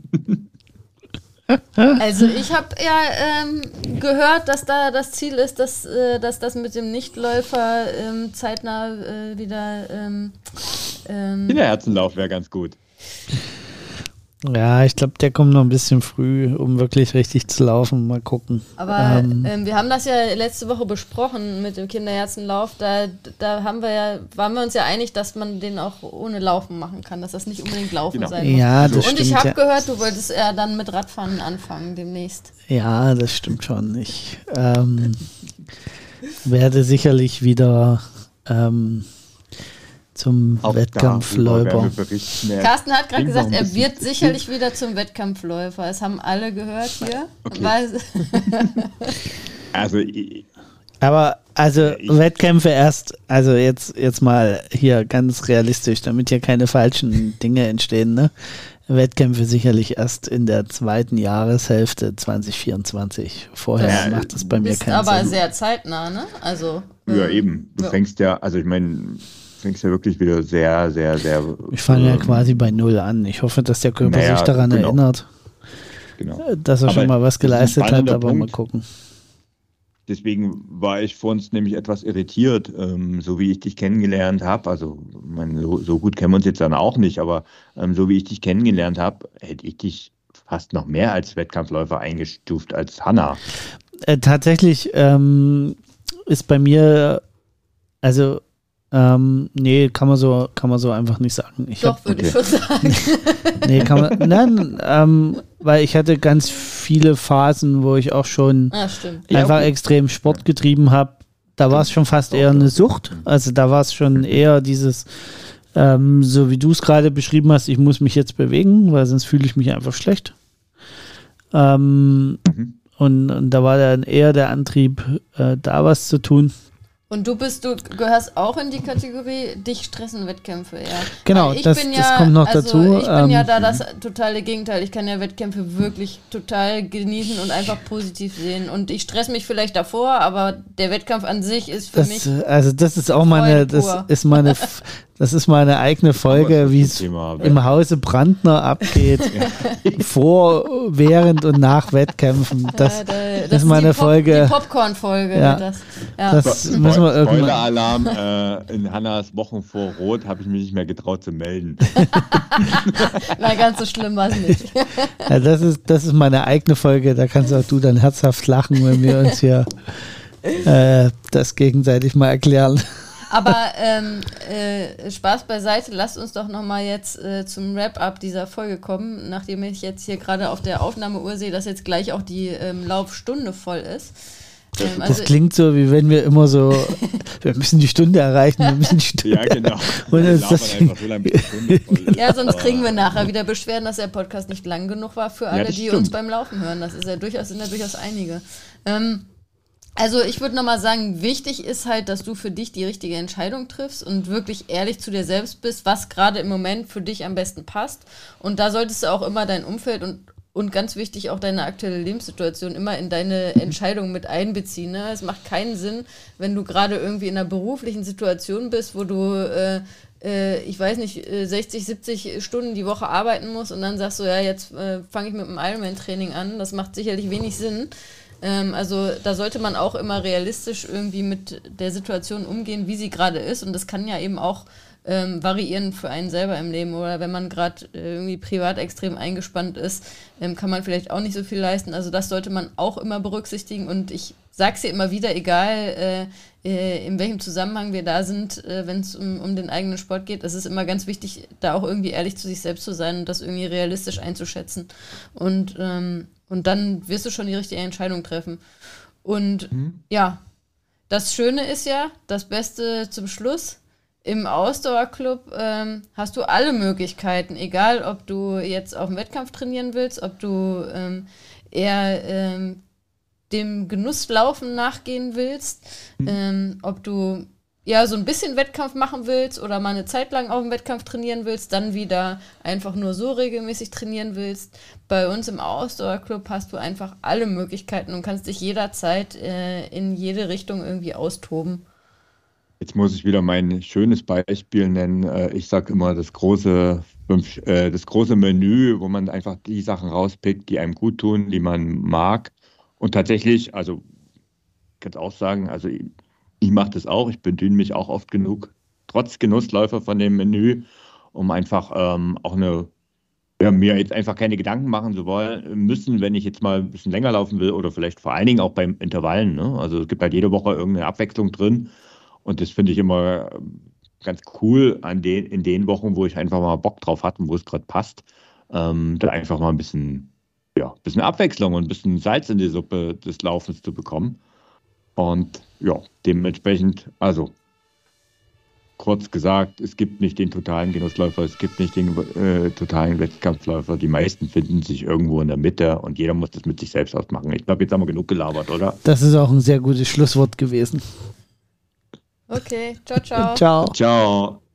Also ich habe ja ähm, gehört, dass da das Ziel ist, dass, äh, dass das mit dem Nichtläufer ähm, zeitnah äh, wieder ähm, ähm, Kinderherzenlauf wäre ganz gut. Ja, ich glaube, der kommt noch ein bisschen früh, um wirklich richtig zu laufen. Mal gucken. Aber ähm, ähm, wir haben das ja letzte Woche besprochen mit dem Kinderherzenlauf. Da, da haben wir ja, waren wir uns ja einig, dass man den auch ohne Laufen machen kann, dass das nicht unbedingt Laufen genau. sein muss. Ja, das Und stimmt, ich habe ja. gehört, du wolltest ja dann mit Radfahren anfangen demnächst. Ja, das stimmt schon. Ich ähm, werde sicherlich wieder ähm, zum auch Wettkampfläufer. Carsten hat gerade gesagt, er wird sicherlich wieder zum Wettkampfläufer. Das haben alle gehört hier. Okay. also aber also ich, Wettkämpfe erst, also jetzt, jetzt mal hier ganz realistisch, damit hier keine falschen Dinge entstehen, ne? Wettkämpfe sicherlich erst in der zweiten Jahreshälfte zwanzig vierundzwanzig. Vorher ja, macht es bei mir keinen Sinn. Aber sehr zeitnah, ne? Also ja, ähm, eben. Du ja. fängst ja, also ich meine, fängst ja wirklich wieder sehr, sehr, sehr. Ich fange ähm, ja quasi bei Null an. Ich hoffe, dass der Körper naja, sich daran genau. erinnert, genau. dass er aber schon mal was geleistet hat, aber Punkt. Mal gucken. Deswegen war ich vor uns nämlich etwas irritiert, ähm, so wie ich dich kennengelernt habe. Also mein, so, so gut kennen wir uns jetzt dann auch nicht, aber ähm, so wie ich dich kennengelernt habe, hätte ich dich fast noch mehr als Wettkampfläufer eingestuft als Hanna. Äh, tatsächlich ähm, ist bei mir, also Ähm, nee, kann man so, kann man so einfach nicht sagen. Ich Doch, würde okay. ich schon sagen. Nee, kann man, nein, ähm, weil ich hatte ganz viele Phasen, wo ich auch schon ah, stimmt. einfach ja, okay. extrem Sport getrieben habe. Da war es schon fast eher eine Sucht. Also da war es schon eher dieses, ähm, so wie du es gerade beschrieben hast, ich muss mich jetzt bewegen, weil sonst fühle ich mich einfach schlecht. Ähm, mhm. und, und da war dann eher der Antrieb, äh, da was zu tun. Und du bist, du gehörst auch in die Kategorie, dich stressen Wettkämpfe, ja. Genau, ich das, bin das ja, kommt noch also dazu. Ich bin ähm, ja da das totale Gegenteil. Ich kann ja Wettkämpfe wirklich total genießen und einfach positiv sehen. Und ich stress mich vielleicht davor, aber der Wettkampf an sich ist für das, mich Also das ist auch meine, das ist meine, Das ist mal eine eigene Folge, wie es im Hause Brandner abgeht. Ja. Vor, während und nach Wettkämpfen. Das, ja, da, das, das ist mal eine Pop, Folge. Die Popcorn-Folge. Ja. Das, ja. das Spo müssen wir irgendwann. Spoiler-Alarm, äh, in Hannas Wochen vor Rot habe ich mich nicht mehr getraut zu melden. Na, ganz so schlimm war es nicht. Ja, das ist, das ist meine eigene Folge. Da kannst auch du dann herzhaft lachen, wenn wir uns hier äh, das gegenseitig mal erklären. Aber ähm, äh, Spaß beiseite, lasst uns doch nochmal jetzt äh, zum Wrap-up dieser Folge kommen, nachdem ich jetzt hier gerade auf der Aufnahmeuhr sehe, dass jetzt gleich auch die ähm, Laufstunde voll ist. Ähm, also das klingt so, wie wenn wir immer so, wir müssen die Stunde erreichen, wir müssen die Stunde. Ja, genau. Und das das einfach so lange, bis die Stunde voll ist. Ja, sonst kriegen wir nachher wieder Beschwerden, dass der Podcast nicht lang genug war für alle, ja, die stimmt. uns beim Laufen hören. Das ist ja durchaus, sind ja durchaus einige. Ähm, Also ich würde nochmal sagen, wichtig ist halt, dass du für dich die richtige Entscheidung triffst und wirklich ehrlich zu dir selbst bist, was gerade im Moment für dich am besten passt. Und da solltest du auch immer dein Umfeld und, und ganz wichtig auch deine aktuelle Lebenssituation immer in deine Entscheidung mit einbeziehen. Ne? Es macht keinen Sinn, wenn du gerade irgendwie in einer beruflichen Situation bist, wo du, äh, äh, ich weiß nicht, äh, sechzig, siebzig Stunden die Woche arbeiten musst und dann sagst du, ja, jetzt äh, fange ich mit dem Ironman-Training an. Das macht sicherlich wenig Sinn. Also da sollte man auch immer realistisch irgendwie mit der Situation umgehen, wie sie gerade ist. Und das kann ja eben auch ähm, variieren für einen selber im Leben. Oder wenn man gerade äh, irgendwie privat extrem eingespannt ist, ähm, kann man vielleicht auch nicht so viel leisten. Also das sollte man auch immer berücksichtigen. Und ich sage es dir immer wieder, egal äh, äh, in welchem Zusammenhang wir da sind, äh, wenn es um, um den eigenen Sport geht, es ist immer ganz wichtig, da auch irgendwie ehrlich zu sich selbst zu sein und das irgendwie realistisch einzuschätzen. Und ähm, Und dann wirst du schon die richtige Entscheidung treffen. Und mhm. ja, das Schöne ist ja, das Beste zum Schluss, im Ausdauerclub ähm, hast du alle Möglichkeiten, egal ob du jetzt auf dem Wettkampf trainieren willst, ob du ähm, eher ähm, dem Genusslaufen nachgehen willst, mhm. ähm, ob du ja, so ein bisschen Wettkampf machen willst oder mal eine Zeit lang auf dem Wettkampf trainieren willst, dann wieder einfach nur so regelmäßig trainieren willst. Bei uns im Ausdauerclub hast du einfach alle Möglichkeiten und kannst dich jederzeit äh, in jede Richtung irgendwie austoben. Jetzt muss ich wieder mein schönes Beispiel nennen. Ich sage immer das große, das große Menü, wo man einfach die Sachen rauspickt, die einem gut tun, die man mag. Und tatsächlich, also ich kann es auch sagen, also ich mache das auch, ich bedüne mich auch oft genug, trotz Genussläufer von dem Menü, um einfach ähm, auch eine, ja, mir jetzt einfach keine Gedanken machen zu wollen müssen, wenn ich jetzt mal ein bisschen länger laufen will oder vielleicht vor allen Dingen auch beim Intervallen. Ne? Also es gibt halt jede Woche irgendeine Abwechslung drin und das finde ich immer ganz cool an den, in den Wochen, wo ich einfach mal Bock drauf hatte und wo es gerade passt, ähm, da einfach mal ein bisschen, ja, ein bisschen Abwechslung und ein bisschen Salz in die Suppe des Laufens zu bekommen. Und ja, dementsprechend, also kurz gesagt, es gibt nicht den totalen Genussläufer, es gibt nicht den äh, totalen Wettkampfläufer. Die meisten finden sich irgendwo in der Mitte und jeder muss das mit sich selbst ausmachen. Ich glaube, jetzt haben wir genug gelabert, oder? Das ist auch ein sehr gutes Schlusswort gewesen. Okay, ciao, ciao. Ciao. Ciao.